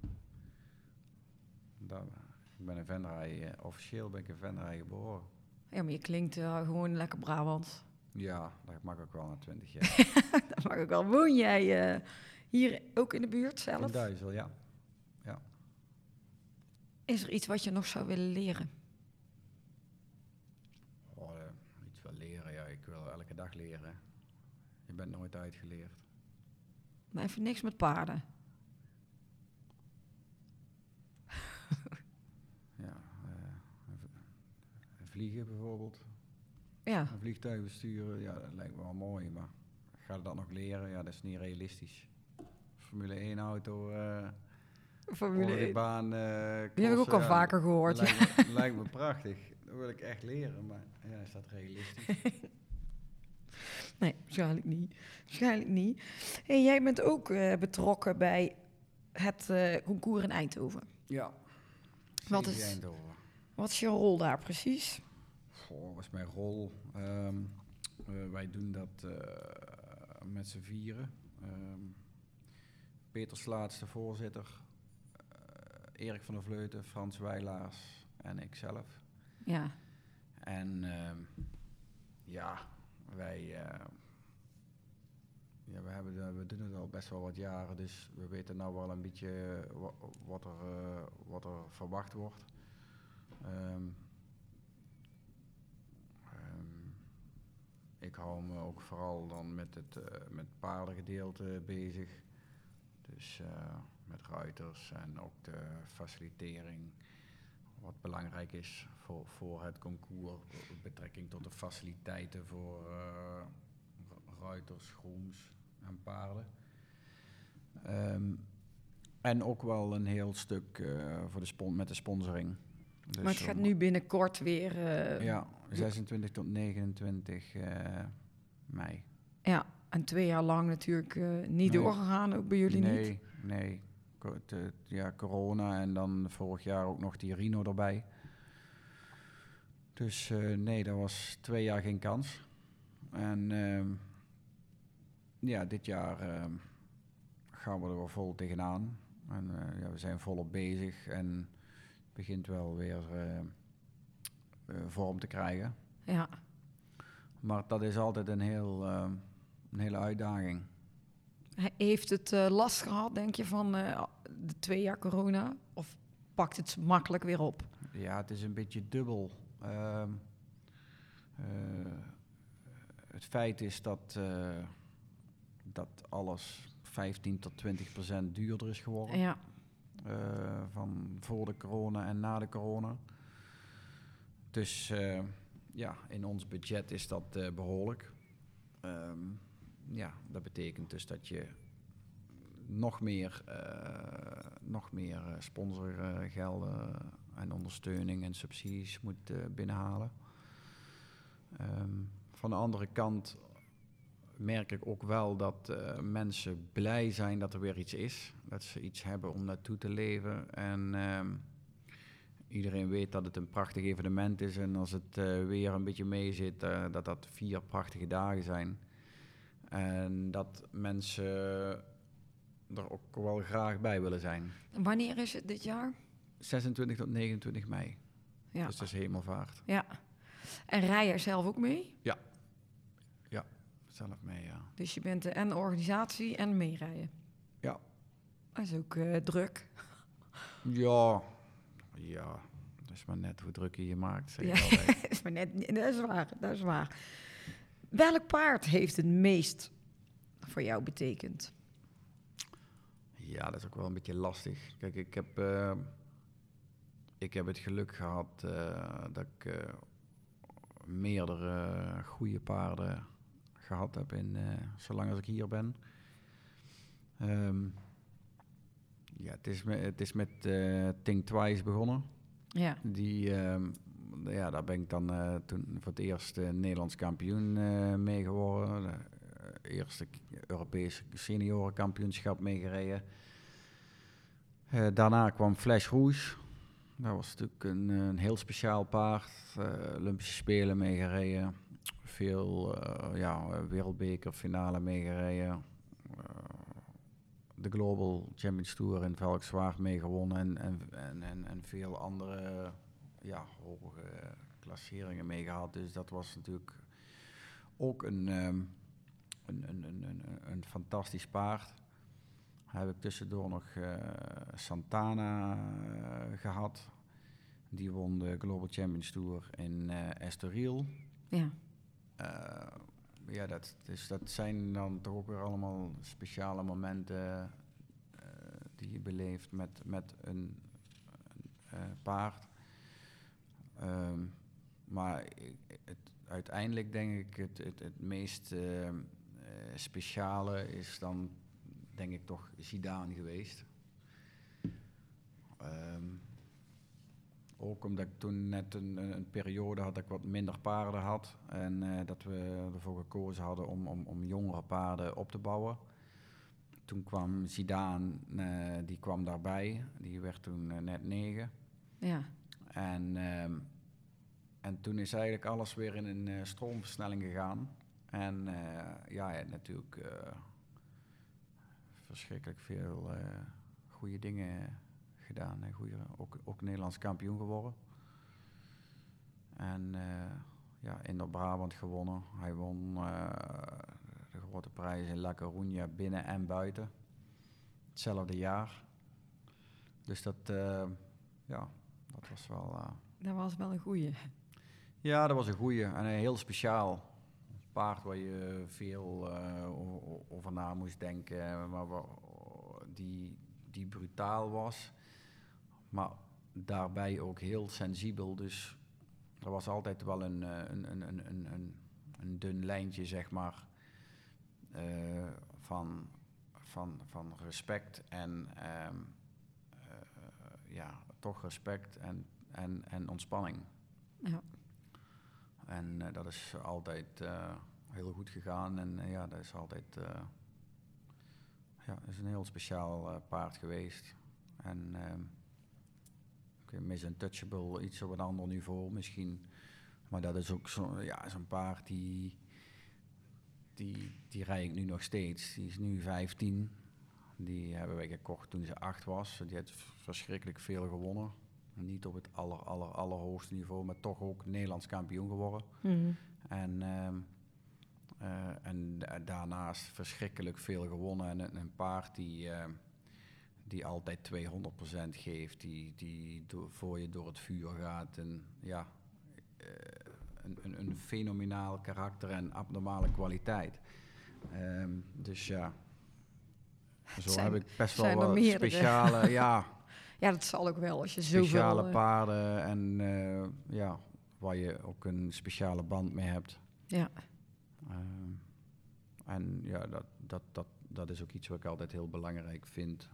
daar, ik ben in Venray, uh, officieel ben ik in Venray geboren. Ja, maar je klinkt uh, gewoon lekker Brabant. Ja, dat mag ook wel na twintig jaar. Dat mag ook wel. Woon jij uh, hier ook in de buurt zelf? In Duizel, ja. ja. Is er iets wat je nog zou willen leren? Oh, uh, iets wel leren, ja. Ik wil elke dag leren. Je bent nooit uitgeleerd. Maar even niks met paarden. ja, uh, vliegen bijvoorbeeld. Ja, Een vliegtuig besturen, ja, dat lijkt me wel mooi, maar ga je dat nog leren? Ja, dat is niet realistisch. Formule één auto, uh, Formule over de één. baan. Uh, Die heb ik ook al ja, vaker gehoord. Lijkt, Ja. me, lijkt me prachtig. Dat wil ik echt leren, maar ja, is dat realistisch? Nee, waarschijnlijk niet. Waarschijnlijk niet. Hey, jij bent ook uh, betrokken bij het uh, concours in Eindhoven. Ja. Wat is, Eindhoven. wat is je rol daar precies? Goh, wat is mijn rol? Um, uh, wij doen dat uh, met z'n vieren. Um, Peter Slaats, de voorzitter. Uh, Erik van der Vleuten, Frans Wijlaars en ikzelf. Ja. En um, ja, wij... Uh, Ja, we, hebben de, we doen het al best wel wat jaren, dus we weten nou wel een beetje wat, wat, er, uh, wat er verwacht wordt. Um, um, ik hou me ook vooral dan met het uh, met paardengedeelte bezig. Dus uh, met ruiters en ook de facilitering. Wat belangrijk is voor, voor het concours, met betrekking tot de faciliteiten voor uh, ruiters, grooms en paarden. Um, en ook wel een heel stuk uh, voor de spon- met de sponsoring. Dus maar het gaat nu binnenkort weer... Uh, ja, zesentwintig tot negenentwintig uh, mei. Ja, en twee jaar lang natuurlijk uh, niet nee. doorgegaan, ook bij jullie nee, niet? Nee, nee. Co- ja, corona en dan vorig jaar ook nog die Rhino erbij. Dus uh, nee, dat was twee jaar geen kans. En uh, ja, dit jaar uh, gaan we er wel vol tegenaan. En uh, ja, we zijn volop bezig en het begint wel weer uh, uh, vorm te krijgen. Ja. Maar dat is altijd een, heel, uh, een hele uitdaging. Heeft het uh, last gehad, denk je, van uh, de twee jaar corona? Of pakt het makkelijk weer op? Ja, het is een beetje dubbel. Uh, uh, het feit is dat, uh, dat alles vijftien tot twintig procent duurder is geworden. Ja. Uh, van voor de corona en na de corona. Dus uh, ja, in ons budget is dat uh, behoorlijk. Um, ja, dat betekent dus dat je nog meer, uh, nog meer uh, sponsorgelden en ondersteuning en subsidies moet uh, binnenhalen. Um, van de andere kant merk ik ook wel dat uh, mensen blij zijn dat er weer iets is. Dat ze iets hebben om naartoe te leven. En um, iedereen weet dat het een prachtig evenement is. En als het uh, weer een beetje mee zit, uh, dat dat vier prachtige dagen zijn. En dat mensen er ook wel graag bij willen zijn. En wanneer is het dit jaar? zesentwintig tot negenentwintig mei. Ja. Dus dat is hemelvaart. Ja. En rij je zelf ook mee? Ja. Ja, zelf mee, ja. Dus je bent en de organisatie en meerijden? Ja. Dat is ook uh, druk. Ja. Ja. Dat is maar net hoe druk je je maakt, zeg ja. ik altijd. dat is maar net, dat is waar, dat is waar. Welk paard heeft het meest voor jou betekend? Ja, dat is ook wel een beetje lastig. Kijk, ik heb, uh, ik heb het geluk gehad uh, dat ik uh, meerdere uh, goede paarden gehad heb in uh, zolang als ik hier ben. Um, ja, het is met, het is met uh, Think Twice begonnen. Ja. Die, um, ja, daar ben ik dan uh, toen voor het eerst uh, Nederlands kampioen uh, mee geworden. Uh, eerste Europese seniorenkampioenschap meegereden. Uh, daarna kwam Flash Rouge. Dat was natuurlijk een, een heel speciaal paard. Uh, Olympische Spelen meegereden. Veel uh, ja, wereldbeker finale meegereden. Uh, de Global Champions Tour in Valkenswaard meegewonnen. En, en, en, en, en veel andere ja, hoge klasseringen meegehad. Dus dat was natuurlijk ook een... Um, Een, een, een, een, een fantastisch paard. Heb ik tussendoor nog uh, Santana uh, gehad. Die won de Global Champions Tour in uh, Estoril. Ja. Uh, ja, dat, dus dat zijn dan toch ook weer allemaal speciale momenten uh, die je beleeft met, met een, een uh, paard. Um, maar ik, het, uiteindelijk denk ik het, het, het meest uh, uh, speciale is dan denk ik toch Zidane geweest. Um, ook omdat ik toen net een, een periode had dat ik wat minder paarden had. En uh, dat we ervoor gekozen hadden om, om, om jongere paarden op te bouwen. Toen kwam Zidane, uh, die kwam daarbij. Die werd toen uh, net negen. Ja. En, um, en toen is eigenlijk alles weer in een uh, stroomversnelling gegaan. En uh, ja, hij had natuurlijk uh, verschrikkelijk veel uh, goede dingen gedaan. En goeie, ook, ook Nederlands kampioen geworden. En uh, ja, in de Brabant gewonnen. Hij won uh, de grote prijs in La Coruña binnen en buiten. Hetzelfde jaar. Dus dat, uh, ja, dat was wel... Uh, dat was wel een goeie. Ja, dat was een goeie en een heel speciaal. Een paard waar je veel uh, over na moest denken, maar waar, die, die brutaal was. Maar daarbij ook heel sensibel, dus er was altijd wel een, een, een, een, een, een, een dun lijntje, zeg maar, uh, van, van, van respect en um, uh, ja, toch respect en, en, en ontspanning. Ja. En uh, dat is altijd uh, heel goed gegaan en uh, ja, dat is altijd uh, ja, is een heel speciaal uh, paard geweest. En um, Miss Untouchable, iets op een ander niveau misschien. Maar dat is ook zo, ja, zo'n paard die, die, die rijd ik nu nog steeds. Die is nu vijftien. Die hebben wij gekocht toen ze acht was. Die heeft verschrikkelijk veel gewonnen. Niet op het aller, aller, allerhoogste niveau, maar toch ook Nederlands kampioen geworden. Mm-hmm. En, um, uh, en da- daarnaast verschrikkelijk veel gewonnen. En een, een paard die... Uh, die altijd tweehonderd procent geeft, die, die do- voor je door het vuur gaat. En ja, uh, een, een, een fenomenaal karakter en abnormale kwaliteit. Um, dus ja, zo zijn, heb ik best wel wel wat speciale, ja, ja, dat zal ook wel als je speciale zoveel... Uh, paarden en uh, ja, waar je ook een speciale band mee hebt. Ja. Um, en ja, dat, dat, dat, dat is ook iets wat ik altijd heel belangrijk vind.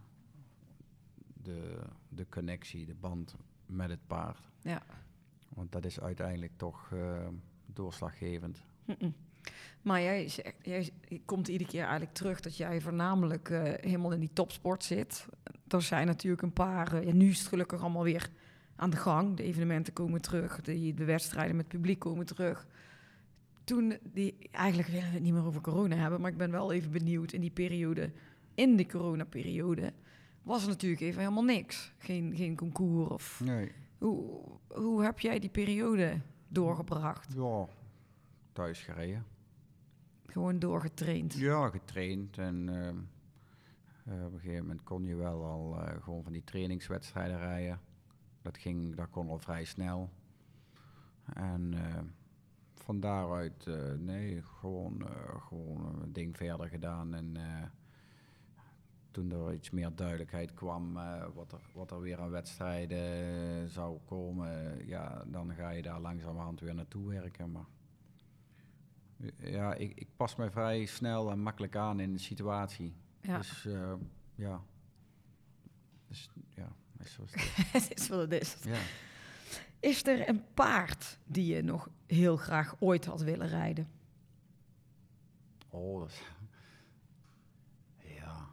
De, de connectie, de band met het paard. Ja. Want dat is uiteindelijk toch uh, doorslaggevend. Mm-mm. Maar jij, zegt, jij komt iedere keer eigenlijk terug dat jij voornamelijk uh, helemaal in die topsport zit. Er zijn natuurlijk een paar... Uh, ja, nu is het gelukkig allemaal weer aan de gang. De evenementen komen terug. De, de wedstrijden met publiek komen terug. Toen, die, eigenlijk willen we het niet meer over corona hebben, maar ik ben wel even benieuwd in die periode, in die coronaperiode, was er natuurlijk even helemaal niks. Geen, geen concours of... Nee. Hoe, hoe heb jij die periode doorgebracht? Ja, thuis gereden. Gewoon doorgetraind? Ja, getraind. En uh, uh, op een gegeven moment kon je wel al uh, gewoon van die trainingswedstrijden rijden. Dat ging, dat kon al vrij snel. En uh, van daaruit, uh, nee, gewoon, uh, gewoon een ding verder gedaan. En uh, toen er iets meer duidelijkheid kwam, uh, wat, er, wat er weer aan wedstrijden zou komen, uh, ja, dan ga je daar langzamerhand weer naartoe werken. Maar ja, ik, ik pas mij vrij snel en makkelijk aan in de situatie. Ja. Dus uh, ja, dus, ja, is zoals het is. Het is wat het is. Ja. Is er een paard die je nog heel graag ooit had willen rijden? Oh, dat is... Ja.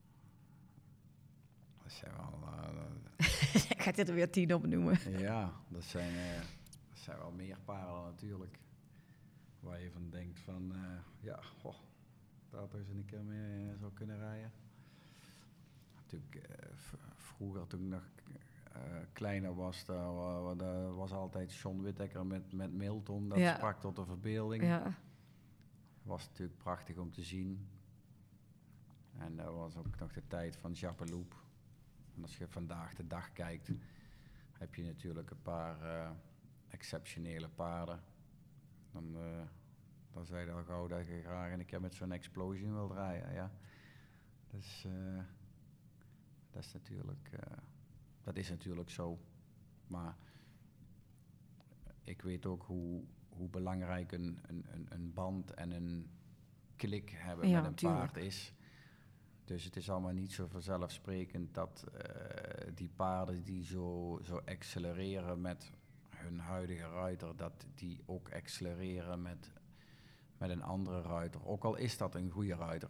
Dat zijn wel... Uh, Ik ga dit er weer tien opnoemen. ja, dat zijn, uh, dat zijn wel meer paarden natuurlijk. Waar je van denkt van... Uh, ja, goh, daar toch eens een keer mee uh, zou kunnen rijden. Natuurlijk, uh, v- vroeger toen ik nog... Uh, kleiner was, daar uh, uh, was altijd John Whittaker met, met Milton. Dat Ja. sprak tot de verbeelding. Ja. Was natuurlijk prachtig om te zien. En dat was ook nog de tijd van Jappeloep. En als je vandaag de dag kijkt, heb je natuurlijk een paar uh, exceptionele paarden. Dan, uh, dan zei je al gauw dat je graag een keer met zo'n Explosion wilt rijden. Ja. Dus uh, dat is natuurlijk... Uh, Dat is natuurlijk zo, maar ik weet ook hoe, hoe belangrijk een, een, een, een band en een klik hebben Ja, met een tuurlijk. paard is. Dus het is allemaal niet zo vanzelfsprekend dat uh, die paarden die zo, zo accelereren met hun huidige ruiter, dat die ook accelereren met, met een andere ruiter. Ook al is dat een goede ruiter.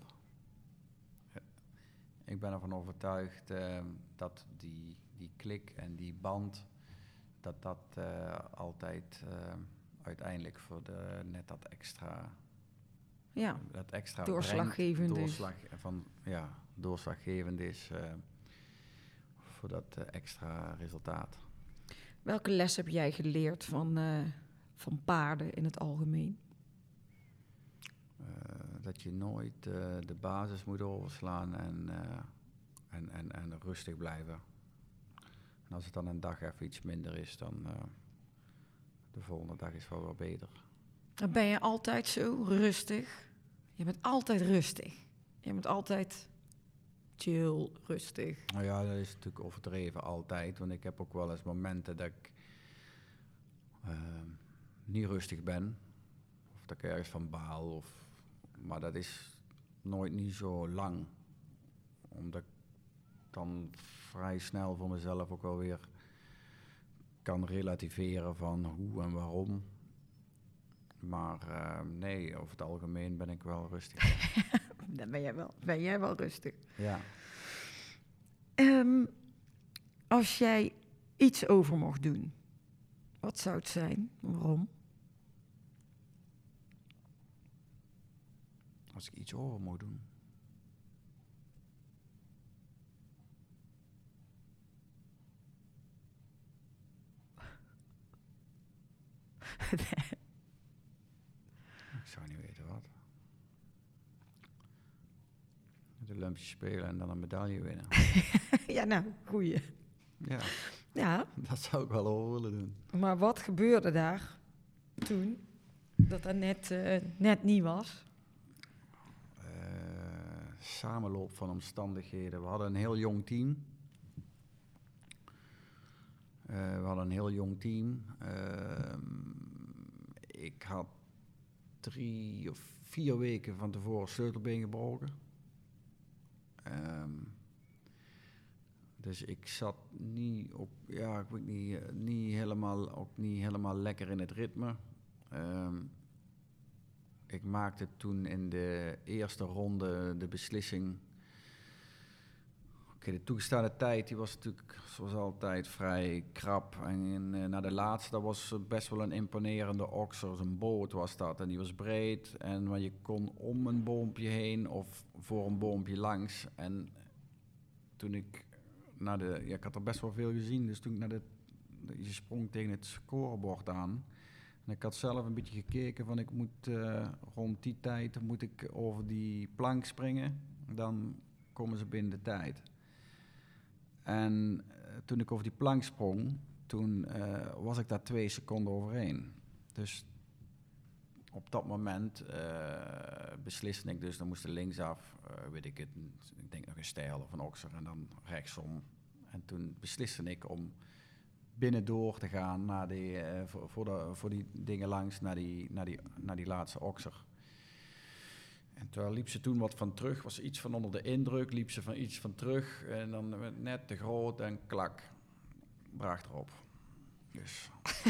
Ik ben ervan overtuigd uh, dat die, die klik en die band, dat dat uh, altijd uh, uiteindelijk voor de, net dat extra, Ja, dat extra doorslaggevend brengt, is. doorslag, van, ja, doorslaggevend is uh, voor dat uh, extra resultaat. Welke les heb jij geleerd van, uh, van paarden in het algemeen? Uh, dat je nooit uh, de basis moet overslaan en, uh, en, en, en rustig blijven. En als het dan een dag even iets minder is, dan uh, de volgende dag is wel weer beter. Dan ben je altijd zo rustig. Je bent altijd rustig. Je bent altijd chill, rustig. Nou ja, dat is natuurlijk overdreven altijd. Want ik heb ook wel eens momenten dat ik uh, niet rustig ben. Of dat ik ergens van baal. Of, maar dat is nooit niet zo lang. Omdat ik dan vrij snel voor mezelf ook wel weer kan relativeren van hoe en waarom. Maar uh, nee, over het algemeen ben ik wel rustig. Dan ben jij wel, ben jij wel rustig. Ja. Um, als jij iets over mocht doen, wat zou het zijn? Waarom? Als ik iets over moet doen. Ik zou niet weten wat. De Olympische Spelen en dan een medaille winnen. Ja, nou, goeie. Ja, Ja, dat zou ik wel over willen doen. maar wat gebeurde daar toen dat dat net, uh, net niet was? Uh, samenloop van omstandigheden. We hadden een heel jong team. Uh, we hadden een heel jong team. Uh, ik had drie of vier weken van tevoren sleutelbeen gebroken. Um, dus ik zat niet op, ja, ik weet niet, niet helemaal, ook niet helemaal lekker in het ritme. Um, ik maakte toen in de eerste ronde de beslissing. Oké, okay, de toegestane tijd die was natuurlijk zoals altijd vrij krap. En in, uh, naar de laatste, dat was best wel een imponerende okser. Een boot was dat en die was breed. En maar je kon om een boompje heen of voor een boompje langs. En toen ik naar de, ja, ik had er best wel veel gezien. Dus toen ik naar de, je sprong tegen het scorebord aan. En ik had zelf een beetje gekeken van ik moet uh, rond die tijd moet ik over die plank springen. Dan komen ze binnen de tijd. En uh, toen ik over die plank sprong, toen uh, was ik daar twee seconden overheen. Dus op dat moment uh, besliste ik dus, dan moest er linksaf, uh, weet ik het, ik denk nog een stijl of een okser en dan rechtsom. En toen besliste ik om binnendoor te gaan naar die, uh, voor, voor, de, voor die dingen langs, naar die, naar die, naar die laatste okser. En terwijl liep ze toen wat van terug, was iets van onder de indruk, liep ze van iets van terug en dan net te groot en klak, bracht erop. Dus,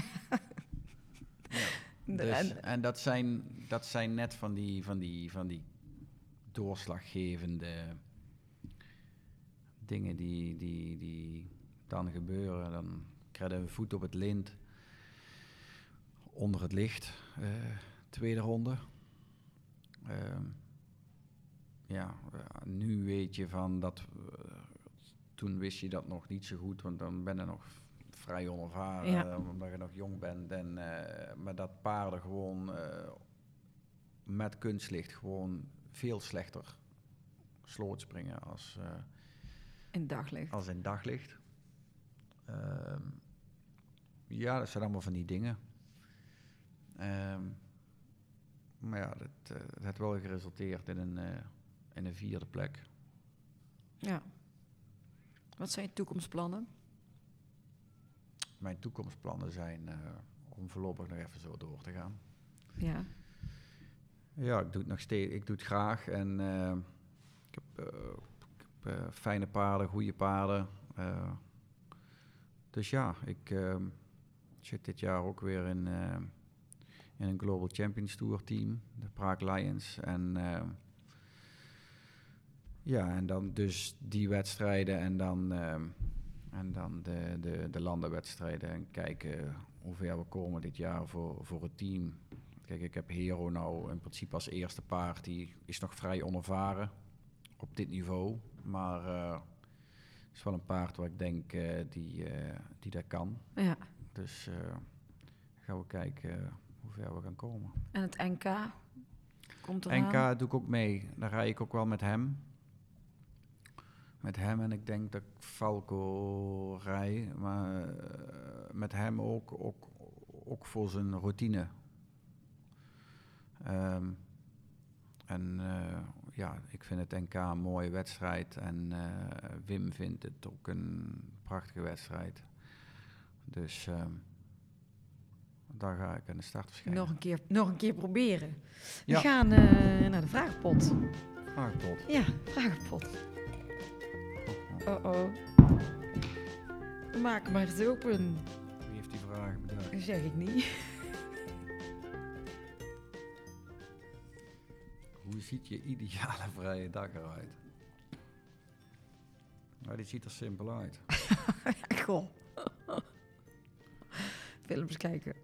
ja. Dus, en dat zijn, dat zijn net van die, van die, van die doorslaggevende dingen die, die, die dan gebeuren. Dan krijg je een voet op het lint, onder het licht, uh, tweede ronde. Uh, ja, uh, nu weet je van dat, uh, toen wist je dat nog niet zo goed, want dan ben je nog vrij onervaren, ja. uh, omdat je nog jong bent. En, uh, maar dat paarden gewoon uh, met kunstlicht gewoon veel slechter sloot springen als, uh, in daglicht. als in daglicht. Uh, ja, dat zijn allemaal van die dingen. Uh, Maar ja, dat, uh, dat heeft wel geresulteerd in een, uh, in een vierde plek. Ja. Wat zijn je toekomstplannen? Mijn toekomstplannen zijn uh, om voorlopig nog even zo door te gaan. Ja. Ja, ik doe het nog steeds. Ik doe het graag en uh, ik heb, uh, ik heb uh, fijne paarden, goede paarden. Uh, dus ja, ik uh, zit dit jaar ook weer in, uh, in een Global Champions Tour team, de Prague Lions. En uh, ja, en dan dus die wedstrijden en dan, uh, en dan de, de, de landenwedstrijden en kijken hoe ver we komen dit jaar voor, voor het team. Kijk, ik heb Hero nou in principe als eerste paard. Die is nog vrij onervaren op dit niveau. Maar uh, het is wel een paard waar ik denk uh, die, uh, die dat kan. Ja. Dus uh, gaan we kijken uh, hoe ver we gaan komen. En het N K? Komt eraan? N K doe ik ook mee. Daar rij ik ook wel met hem. Met hem en ik denk dat ik Falco rij. Maar uh, met hem ook, ook, ook voor zijn routine. Um, en uh, ja, ik vind het N K een mooie wedstrijd en uh, Wim vindt het ook een prachtige wedstrijd. Dus um, daar ga ik aan de start verschijnen. Nog een keer, nog een keer proberen. Ja. We gaan uh, naar de vragenpot. Vragenpot? Ja, vragenpot. Oh oh. Maak maar eens open. Wie heeft die vragen bedacht? Dat zeg ik niet. Hoe ziet je ideale vrije dag eruit? Nou, die ziet er simpel uit. Goh. Films kijken.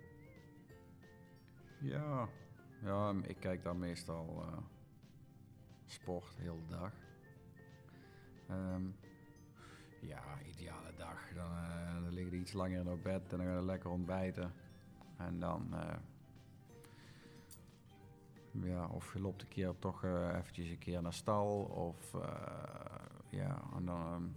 Ja, ja, ik kijk dan meestal uh, sport heel de dag. Um, ja, ideale dag. Dan, uh, dan lig je iets langer in op bed en dan ga je lekker ontbijten. En dan... Uh, Ja, of je loopt een keer toch uh, eventjes een keer naar stal, of uh, ja, en dan... Um,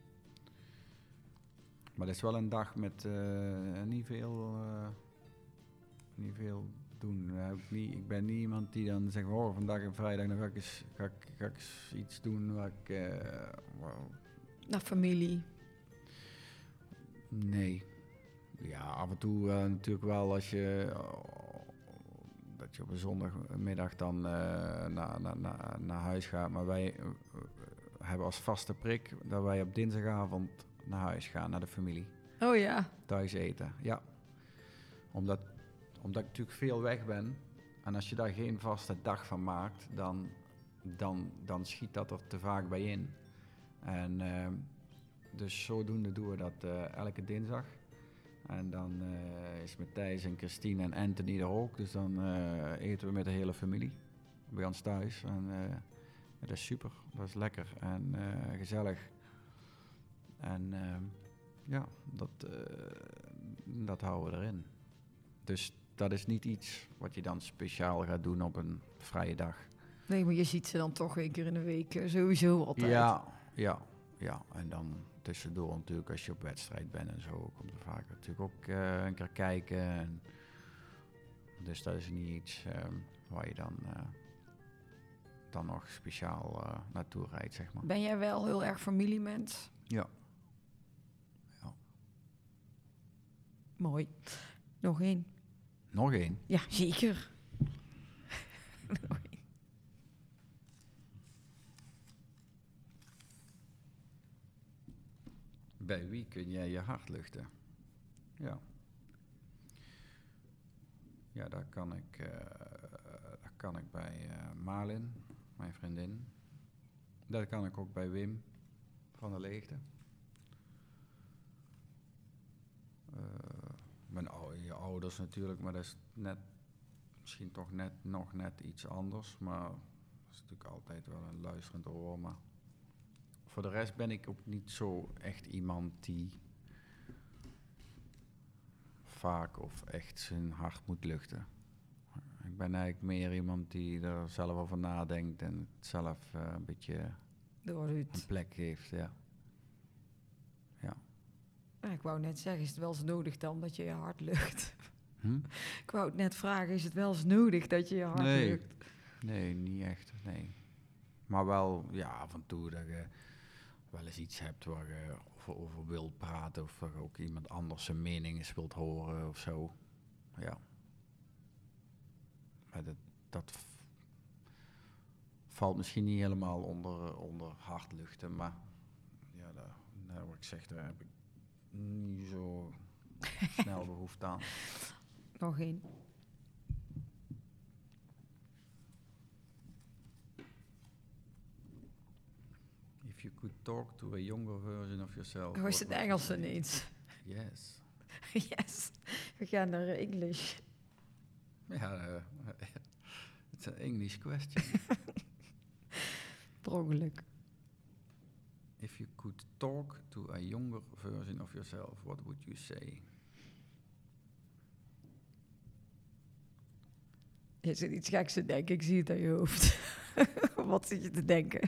maar het is wel een dag met uh, niet veel, uh, niet veel doen. Uh, ik, niet, ik ben niet iemand die dan zegt, oh, vandaag en vrijdag, dan ga ik eens, ga ik, ga ik eens iets doen waar ik... Uh, wow. Naar familie? Nee. Ja, af en toe uh, natuurlijk wel als je... Uh, dat je op een zondagmiddag dan uh, naar, naar, naar, naar huis gaat. Maar wij uh, hebben als vaste prik dat wij op dinsdagavond naar huis gaan, naar de familie. Oh ja. Thuis eten, ja. Omdat, omdat ik natuurlijk veel weg ben. En als je daar geen vaste dag van maakt, dan, dan, dan schiet dat er te vaak bij in. En uh, dus zodoende doen we dat uh, elke dinsdag. En dan uh, is Matthijs en Christine en Anthony er ook. Dus dan uh, eten we met de hele familie bij ons thuis. En uh, ja, dat is super. Dat is lekker en uh, gezellig. En uh, ja, dat, uh, dat houden we erin. Dus dat is niet iets wat je dan speciaal gaat doen op een vrije dag. Nee, maar je ziet ze dan toch een keer in de week uh, sowieso altijd. Ja, ja, ja. En dan... tussendoor natuurlijk, als je op wedstrijd bent en zo, komt er vaak natuurlijk ook uh, een keer kijken. En dus dat is niet iets uh, waar je dan, uh, dan nog speciaal uh, naartoe rijdt, zeg maar. Ben jij wel heel erg familiemens? Ja. Ja. Mooi. Nog één. Nog één? Ja, zeker. Nog één. Bij wie kun jij je hart luchten? Ja. Ja, daar kan ik, uh, daar kan ik bij uh, Malin, mijn vriendin. Dat kan ik ook bij Wim van der Leegte. Uh, mijn ou- je ouders natuurlijk, maar dat is net, misschien toch net, nog net iets anders. Maar dat is natuurlijk altijd wel een luisterend oor. Maar voor de rest ben ik ook niet zo echt iemand die vaak of echt zijn hart moet luchten. Ik ben eigenlijk meer iemand die er zelf over nadenkt en het zelf uh, een beetje Doordoet. een plek geeft, ja. Ja. Ja, ik wou net zeggen, is het wel eens nodig dan dat je je hart lucht? Hm? Ik wou het net vragen, is het wel eens nodig dat je je hart Nee. lucht? Nee, niet echt, nee. Maar wel, ja, af en toe dat je wel eens iets hebt waar je over, over wilt praten of waar je ook iemand anders zijn mening eens wilt horen of zo. ja. Maar dat, dat v- valt misschien niet helemaal onder, onder hartluchten, maar ja, daar, nou, wat ik zeg, daar heb ik niet zo snel behoefte aan. Nog één. If you could talk to a younger version of yourself. Hoe is what het would you Engels say? ineens? Yes. Yes. We gaan naar English. Ja, uh, it's an English question. Per ongeluk. If you could talk to a younger version of yourself, what would you say? Je zit iets geks te denken, ik zie het aan je hoofd. Wat zit je te denken?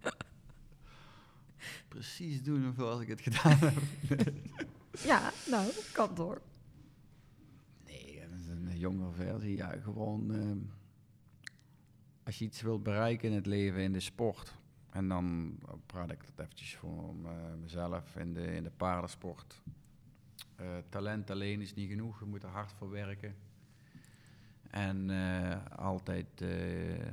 Precies doen zoals ik het gedaan heb. Ja, nou, kan toch. Nee, dat is een jongere versie. Ja, gewoon ehm, als je iets wilt bereiken in het leven, in de sport. En dan praat ik dat eventjes voor me- mezelf in de, in de paardensport. Eh, talent alleen is niet genoeg, je moet er hard voor werken. En eh, altijd eh,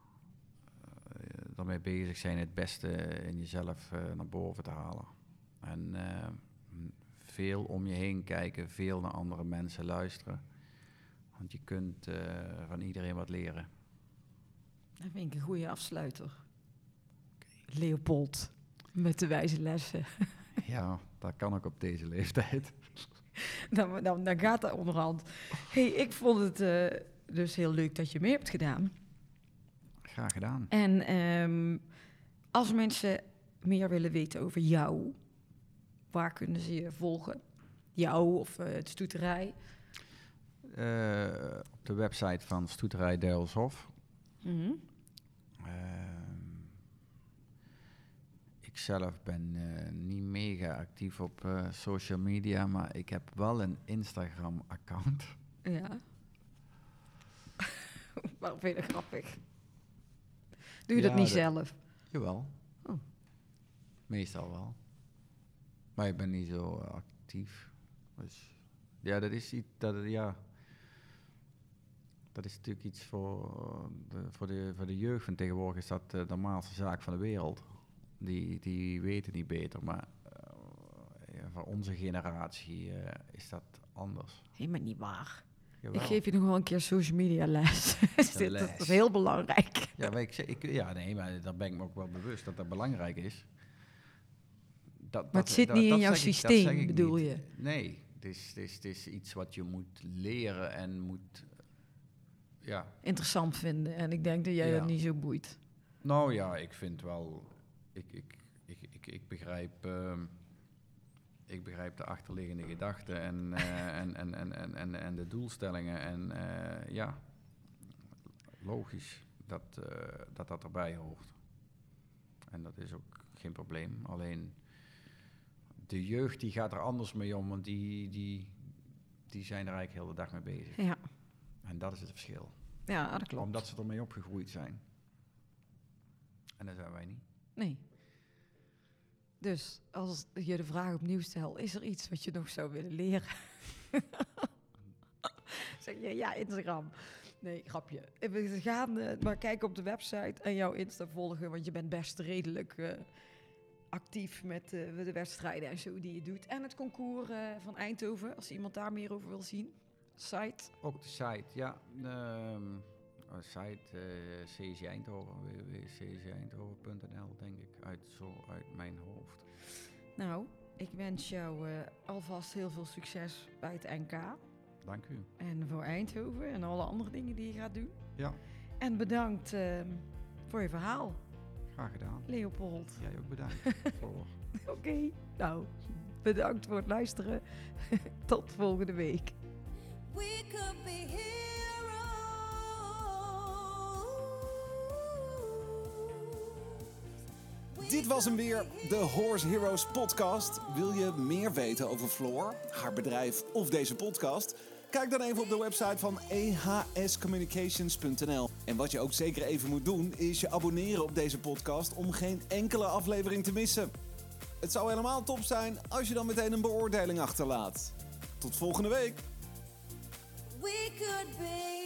ermee bezig zijn het beste in jezelf eh, naar boven te halen. En eh, m- veel om je heen kijken, veel naar andere mensen luisteren. Want je kunt eh, van iedereen wat leren. Dat vind ik een goede afsluiter. Leopold, met de wijze lessen. Ja, dat kan ook op deze leeftijd. Dan, dan, dan gaat dat onderhand. Hey, ik vond het eh, dus heel leuk dat je mee hebt gedaan. Graag gedaan. En ehm, als mensen meer willen weten over jou, waar kunnen ze je volgen? Jou of uh, het stoeterij? Uh, op de website van Stoeterij Duilshof. Mm-hmm. Uh, ik zelf ben uh, niet mega actief op uh, social media, maar ik heb wel een Instagram-account. Ja. Waarom vind je dat grappig? Doe je Ja, dat niet dat- zelf? Jawel. Oh. Meestal wel. Maar ik ben niet zo uh, actief. Dus ja, dat is iets dat het, ja. Dat is natuurlijk iets voor de, voor de, voor de jeugd van tegenwoordig is dat de normaalste zaak van de wereld. Die, die weten niet beter, maar uh, ja, voor onze generatie uh, is dat anders. Helemaal niet waar. Jawel. Ik geef je nog wel een keer social media les. dat les. is heel belangrijk. Ja, maar ik, zeg- ik, ja, nee, maar daar ben ik me ook wel bewust dat dat belangrijk is. Dat, Maar dat- het zit dat- niet in dat jouw zeg ik- dat systeem, zeg ik bedoel niet. je? Nee, het is, het, is, het is iets wat je moet leren en moet, ja. Interessant vinden. En ik denk dat jij Ja. dat niet zo boeit. Nou ja, ik vind wel, ik, ik, ik, ik, ik begrijp, ehm, ik begrijp de achterliggende gedachten en, eh, en, en, en, en, en, en de doelstellingen en eh, ja, logisch dat, eh, dat dat erbij hoort. En dat is ook geen probleem. Alleen de jeugd die gaat er anders mee om, want die, die, die zijn er eigenlijk heel de dag mee bezig. Ja, En dat is het verschil. ja dat klopt. Omdat ze ermee opgegroeid zijn. En dat zijn wij niet. Nee. Dus als je de vraag opnieuw stelt, is er iets wat je nog zou willen leren? Zeg je, ja, Instagram. Nee, grapje. We gaan uh, maar kijken op de website en jouw Insta volgen, want je bent best redelijk uh, actief met uh, de wedstrijden en zo die je doet. En het concours uh, van Eindhoven, als iemand daar meer over wil zien. Site. Ook de site, ja. Um, oh, site uh, C C Eindhoven, w w w punt c c eindhoven punt n l denk ik, uit, zo uit mijn hoofd. Nou, ik wens jou uh, alvast heel veel succes bij het N K. Dank u. En voor Eindhoven en alle andere dingen die je gaat doen. Ja. En bedankt uh, voor je verhaal, Graag gedaan. Leopold. Jij ook bedankt. Voor. Oké, okay. Nou, bedankt voor het luisteren. Tot volgende week. We could be heroes. Dit was hem weer, de Horse Heroes podcast. Wil je meer weten over Floor, haar bedrijf of deze podcast? Kijk dan even op de website van e h s communications punt n l. En wat je ook zeker even moet doen, is je abonneren op deze podcast om geen enkele aflevering te missen. Het zou helemaal top zijn als je dan meteen een beoordeling achterlaat. Tot volgende week! we could be